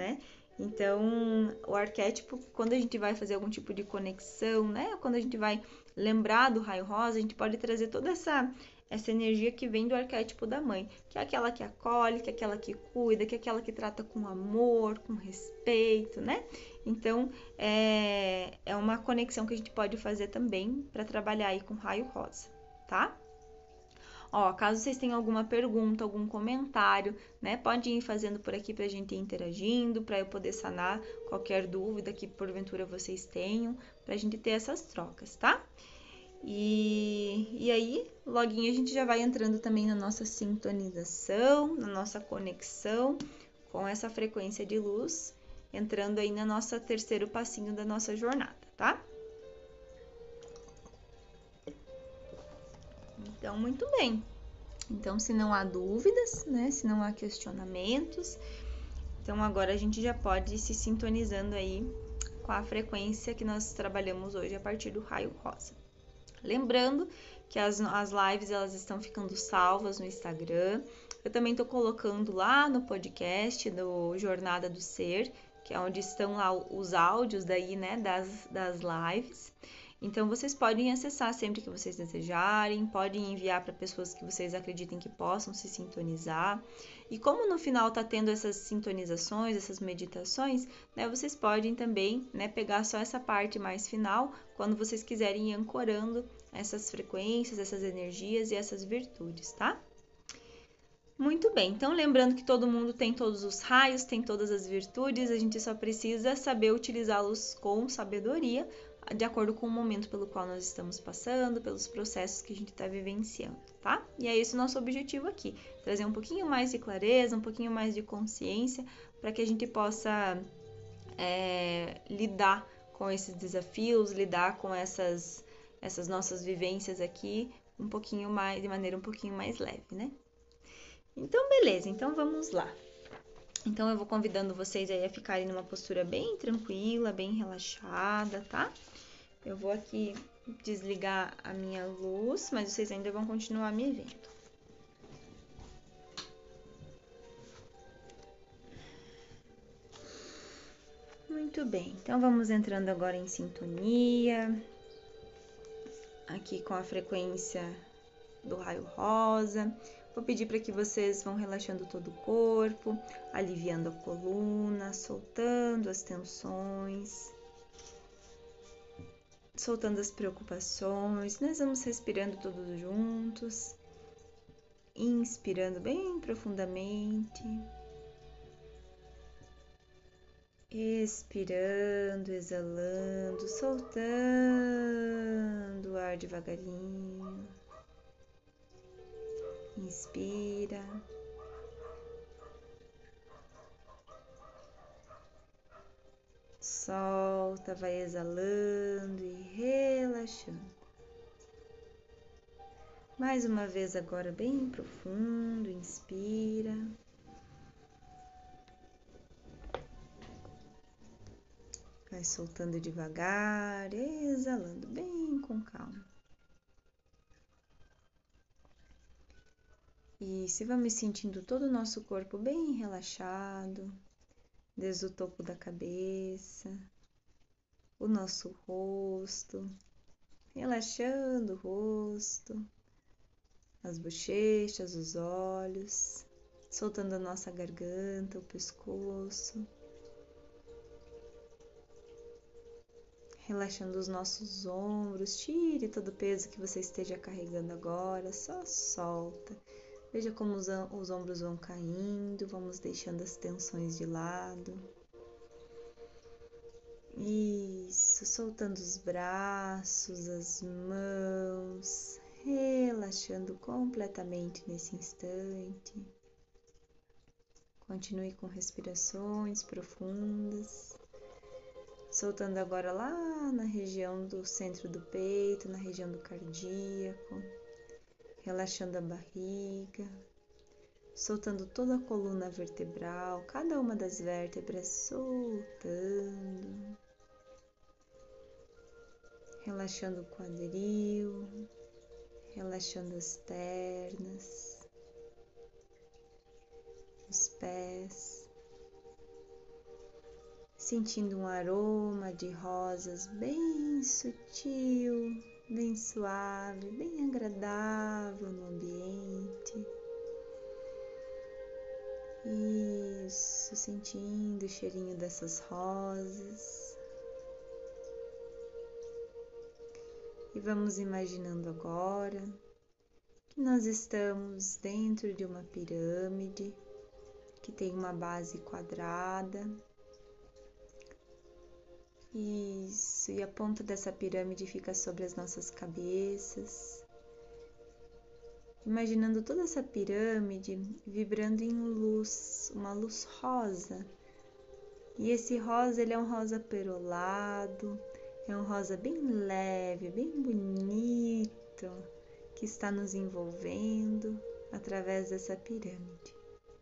Então, o arquétipo, quando a gente vai fazer algum tipo de conexão, né? Quando a gente vai lembrar do raio rosa, a gente pode trazer toda essa essa energia que vem do arquétipo da mãe, que é aquela que acolhe, que é aquela que cuida, que é aquela que trata com amor, com respeito, né? Então, é, é uma conexão que a gente pode fazer também para trabalhar aí com raio rosa, tá? Ó, caso vocês tenham alguma pergunta, algum comentário, né, pode ir fazendo por aqui pra gente ir interagindo, para eu poder sanar qualquer dúvida que porventura vocês tenham, pra gente ter essas trocas, tá? E, e aí, loguinho a gente já vai entrando também na nossa sintonização, na nossa conexão com essa frequência de luz, entrando aí na nossa terceiro passinho da nossa jornada, tá? Então, muito bem. Então, se não há dúvidas, né, se não há questionamentos, então agora a gente já pode ir se sintonizando aí com a frequência que nós trabalhamos hoje a partir do raio rosa. Lembrando que as, as lives elas estão ficando salvas no Instagram. Eu também estou colocando lá no podcast do Jornada do Ser, que é onde estão lá os áudios daí, né, das, das lives. Então, vocês podem acessar sempre que vocês desejarem, podem enviar para pessoas que vocês acreditem que possam se sintonizar. E como no final tá tendo essas sintonizações, essas meditações, né, vocês podem também, né, pegar só essa parte mais final, quando vocês quiserem ir ancorando essas frequências, essas energias e essas virtudes, tá? Muito bem, então lembrando que todo mundo tem todos os raios, tem todas as virtudes, a gente só precisa saber utilizá-los com sabedoria, de acordo com o momento pelo qual nós estamos passando, pelos processos que a gente está vivenciando, tá? E é esse o nosso objetivo aqui, trazer um pouquinho mais de clareza, um pouquinho mais de consciência, para que a gente possa é, lidar com esses desafios, lidar com essas, essas nossas vivências aqui um pouquinho mais, de maneira um pouquinho mais leve, né? Então, beleza, então vamos lá. Então, eu vou convidando vocês aí a ficarem numa postura bem tranquila, bem relaxada, tá? Eu vou aqui desligar a minha luz, mas vocês ainda vão continuar me vendo. Muito bem, então vamos entrando agora em sintonia, aqui com a frequência do raio rosa. Vou pedir para que vocês vão relaxando todo o corpo, aliviando a coluna, soltando as tensões, soltando as preocupações. Nós vamos respirando todos juntos, inspirando bem profundamente, expirando, exalando, soltando o ar devagarinho. Inspira. Solta, vai exalando e relaxando. Mais uma vez agora bem profundo, inspira. Vai soltando devagar, exalando bem com calma. E se vamos sentindo todo o nosso corpo bem relaxado, desde o topo da cabeça, o nosso rosto, relaxando o rosto, as bochechas, os olhos, soltando a nossa garganta, o pescoço, relaxando os nossos ombros. Tire todo o peso que você esteja carregando agora, só solta. Veja como os, os ombros vão caindo, vamos deixando as tensões de lado. Isso, soltando os braços, as mãos, relaxando completamente nesse instante. Continue com respirações profundas, soltando agora lá na região do centro do peito, na região do cardíaco. Relaxando a barriga, soltando toda a coluna vertebral, cada uma das vértebras soltando, relaxando o quadril, relaxando as pernas, os pés, sentindo um aroma de rosas bem sutil, bem suave, bem agradável no ambiente. Isso, sentindo o cheirinho dessas rosas. E vamos imaginando agora que nós estamos dentro de uma pirâmide que tem uma base quadrada. Isso, e a ponta dessa pirâmide fica sobre as nossas cabeças. Imaginando toda essa pirâmide vibrando em luz, uma luz rosa. E esse rosa, ele é um rosa perolado, é um rosa bem leve, bem bonito, que está nos envolvendo através dessa pirâmide.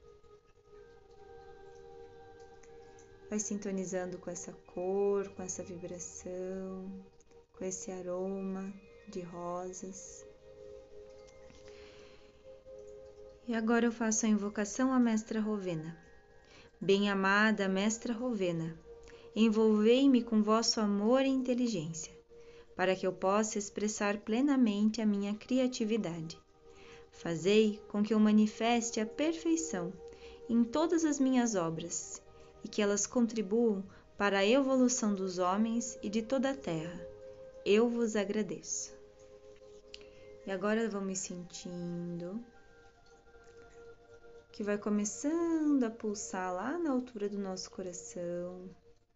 Vai sintonizando com essa cor, com essa vibração, com esse aroma de rosas. E agora eu faço a invocação à Mestra Rowena. Bem-amada Mestra Rowena, envolvei-me com vosso amor e inteligência, para que eu possa expressar plenamente a minha criatividade. Fazei com que eu manifeste a perfeição em todas as minhas obras e que elas contribuam para a evolução dos homens e de toda a terra. Eu vos agradeço. E agora vamos sentindo que vai começando a pulsar lá na altura do nosso coração,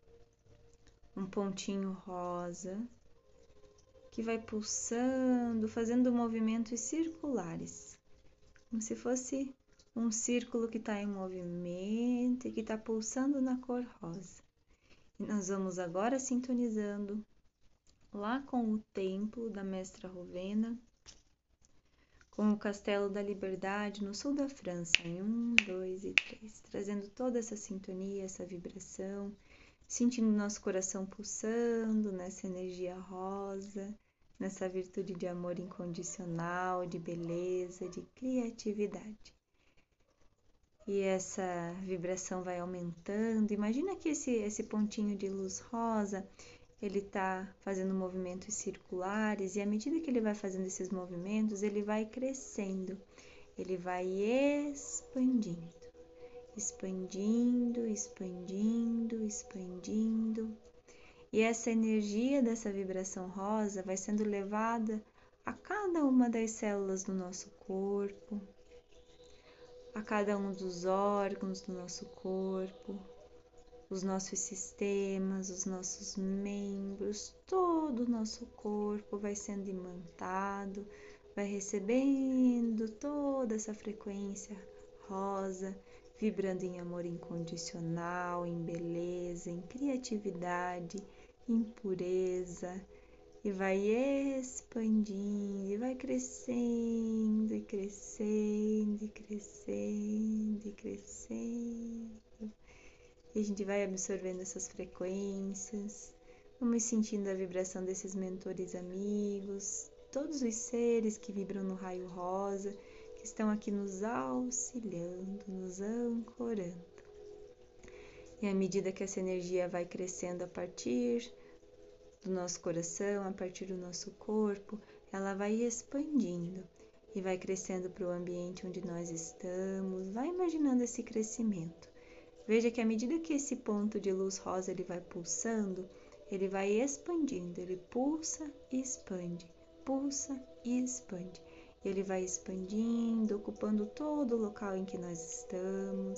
um pontinho rosa, que vai pulsando, fazendo movimentos circulares, como se fosse um círculo que está em movimento e que está pulsando na cor rosa. E nós vamos agora sintonizando lá com o templo da Mestra Rowena, com o Castelo da Liberdade no sul da França, em um, dois e três, trazendo toda essa sintonia, essa vibração, sentindo nosso coração pulsando nessa energia rosa, nessa virtude de amor incondicional, de beleza, de criatividade. E essa vibração vai aumentando. Imagina que esse, esse pontinho de luz rosa, ele está fazendo movimentos circulares, e à medida que ele vai fazendo esses movimentos, ele vai crescendo, ele vai expandindo, expandindo, expandindo, expandindo. E essa energia dessa vibração rosa vai sendo levada a cada uma das células do nosso corpo, a cada um dos órgãos do nosso corpo, os nossos sistemas, os nossos membros, todo o nosso corpo vai sendo imantado, vai recebendo toda essa frequência rosa, vibrando em amor incondicional, em beleza, em criatividade, em pureza, e vai expandindo, e vai crescendo, e crescendo, e crescendo, e crescendo. E a gente vai absorvendo essas frequências, vamos sentindo a vibração desses mentores amigos, todos os seres que vibram no raio rosa, que estão aqui nos auxiliando, nos ancorando. E à medida que essa energia vai crescendo a partir do nosso coração, a partir do nosso corpo, ela vai expandindo e vai crescendo para o ambiente onde nós estamos. Vai imaginando esse crescimento. Veja que à medida que esse ponto de luz rosa ele vai pulsando, ele vai expandindo, ele pulsa e expande, pulsa e expande. Ele vai expandindo, ocupando todo o local em que nós estamos,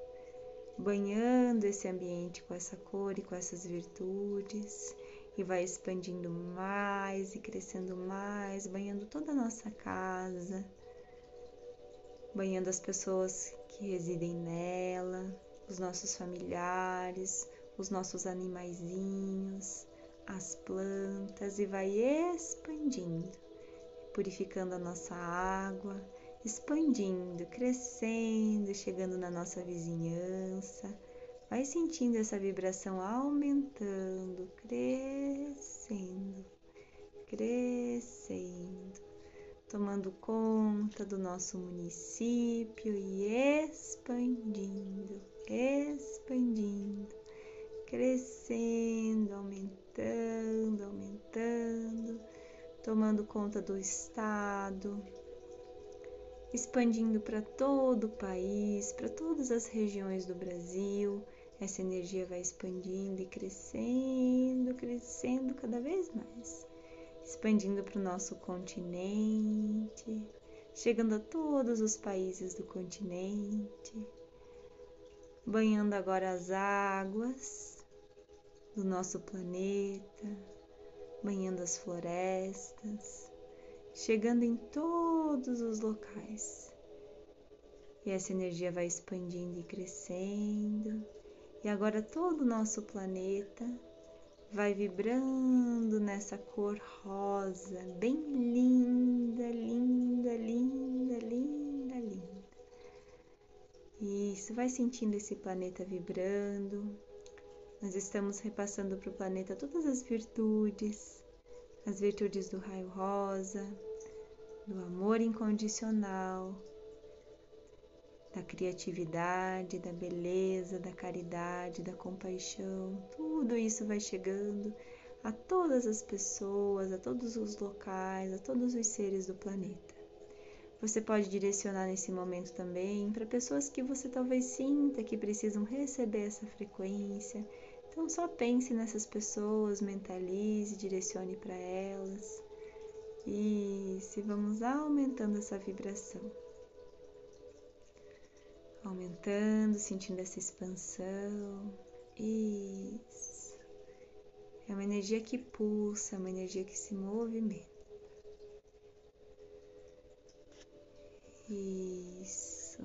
banhando esse ambiente com essa cor e com essas virtudes, e vai expandindo mais e crescendo mais, banhando toda a nossa casa, banhando as pessoas que residem nela, os nossos familiares, os nossos animaizinhos, as plantas, e vai expandindo, purificando a nossa água, expandindo, crescendo, chegando na nossa vizinhança. Vai sentindo essa vibração aumentando, crescendo, crescendo, tomando conta do nosso município e expandindo, expandindo, crescendo, aumentando, aumentando, tomando conta do estado, expandindo para todo o país, para todas as regiões do Brasil. Essa energia vai expandindo e crescendo, crescendo cada vez mais, expandindo para o nosso continente, chegando a todos os países do continente, banhando agora as águas do nosso planeta, banhando as florestas, chegando em todos os locais. E essa energia vai expandindo e crescendo. E agora todo o nosso planeta vai vibrando nessa cor rosa, bem linda, linda, linda, linda, linda. Isso, vai sentindo esse planeta vibrando. Nós estamos repassando para o planeta todas as virtudes, as virtudes do raio rosa, do amor incondicional, da criatividade, da beleza, da caridade, da compaixão. Tudo isso vai chegando a todas as pessoas, a todos os locais, a todos os seres do planeta. Você pode direcionar nesse momento também para pessoas que você talvez sinta que precisam receber essa frequência. Então só pense nessas pessoas, mentalize, direcione para elas. E se vamos aumentando essa vibração. Aumentando, sentindo essa expansão. Isso. É uma energia que pulsa, é uma energia que se movimenta. Isso.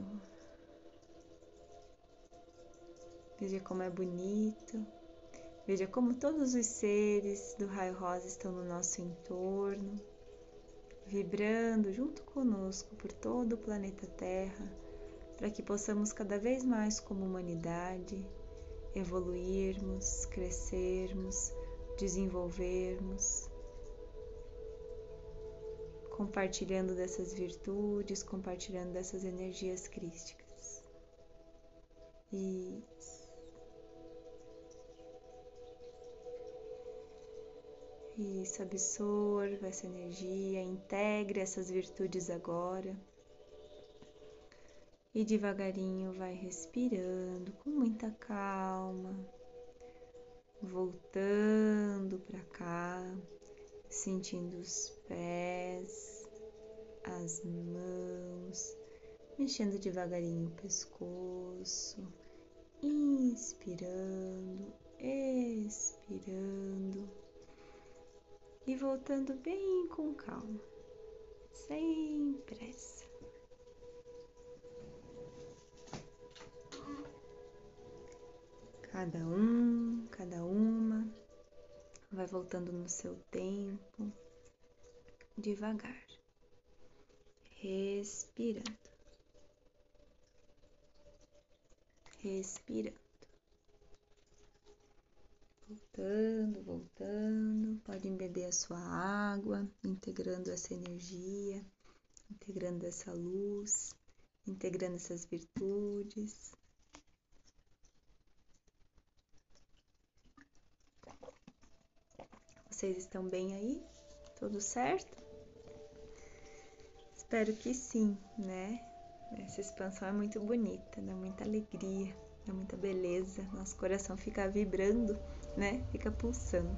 Veja como é bonito. Veja como todos os seres do raio rosa estão no nosso entorno, vibrando junto conosco por todo o planeta Terra, para que possamos cada vez mais como humanidade evoluirmos, crescermos, desenvolvermos, compartilhando dessas virtudes, compartilhando dessas energias crísticas. Isso. Isso, absorva essa energia, integre essas virtudes agora. E devagarinho vai respirando com muita calma, voltando para cá, sentindo os pés, as mãos, mexendo devagarinho o pescoço, inspirando, expirando e voltando bem com calma, sem pressa. Cada um, cada uma vai voltando no seu tempo, devagar, respirando, respirando, voltando, voltando. Pode beber a sua água, integrando essa energia, integrando essa luz, integrando essas virtudes. Vocês estão bem aí? Tudo certo? Espero que sim, né? Essa expansão é muito bonita, dá muita alegria, dá muita beleza. Nosso coração fica vibrando, né? Fica pulsando.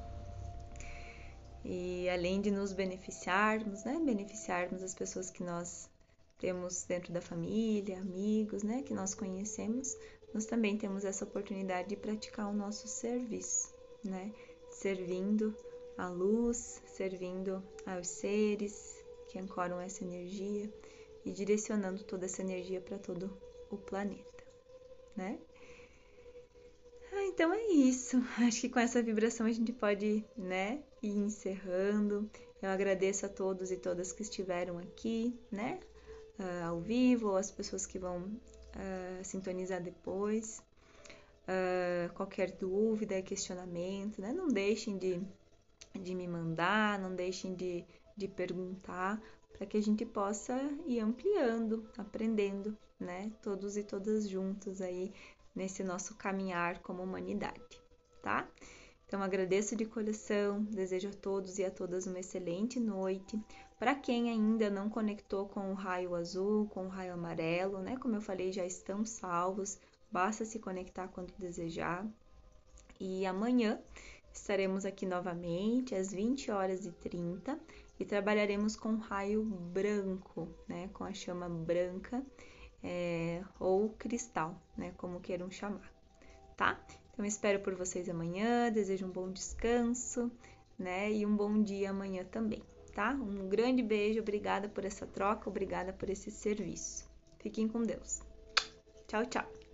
E além de nos beneficiarmos, né? Beneficiarmos as pessoas que nós temos dentro da família, amigos, né? Que nós conhecemos, nós também temos essa oportunidade de praticar o nosso serviço, né? Servindo a luz, servindo aos seres que ancoram essa energia e direcionando toda essa energia para todo o planeta, né? Ah, então é isso. Acho que com essa vibração a gente pode, né, ir encerrando. Eu agradeço a todos e todas que estiveram aqui, né, uh, ao vivo, ou as pessoas que vão uh, sintonizar depois. Uh, qualquer dúvida, questionamento, né? Não deixem de, de me mandar, não deixem de, de perguntar, para que a gente possa ir ampliando, aprendendo, né? Todos e todas juntos aí nesse nosso caminhar como humanidade, tá? Então, agradeço de coração, desejo a todos e a todas uma excelente noite. Para quem ainda não conectou com o raio azul, com o raio amarelo, né? Como eu falei, já estão salvos, basta se conectar quando desejar. E amanhã estaremos aqui novamente às vinte horas e trinta e trabalharemos com raio branco, né? Com a chama branca é, ou cristal, né? Como queiram chamar, tá? Então, espero por vocês amanhã, desejo um bom descanso, né? E um bom dia amanhã também, tá? Um grande beijo, obrigada por essa troca, obrigada por esse serviço. Fiquem com Deus. Tchau, tchau!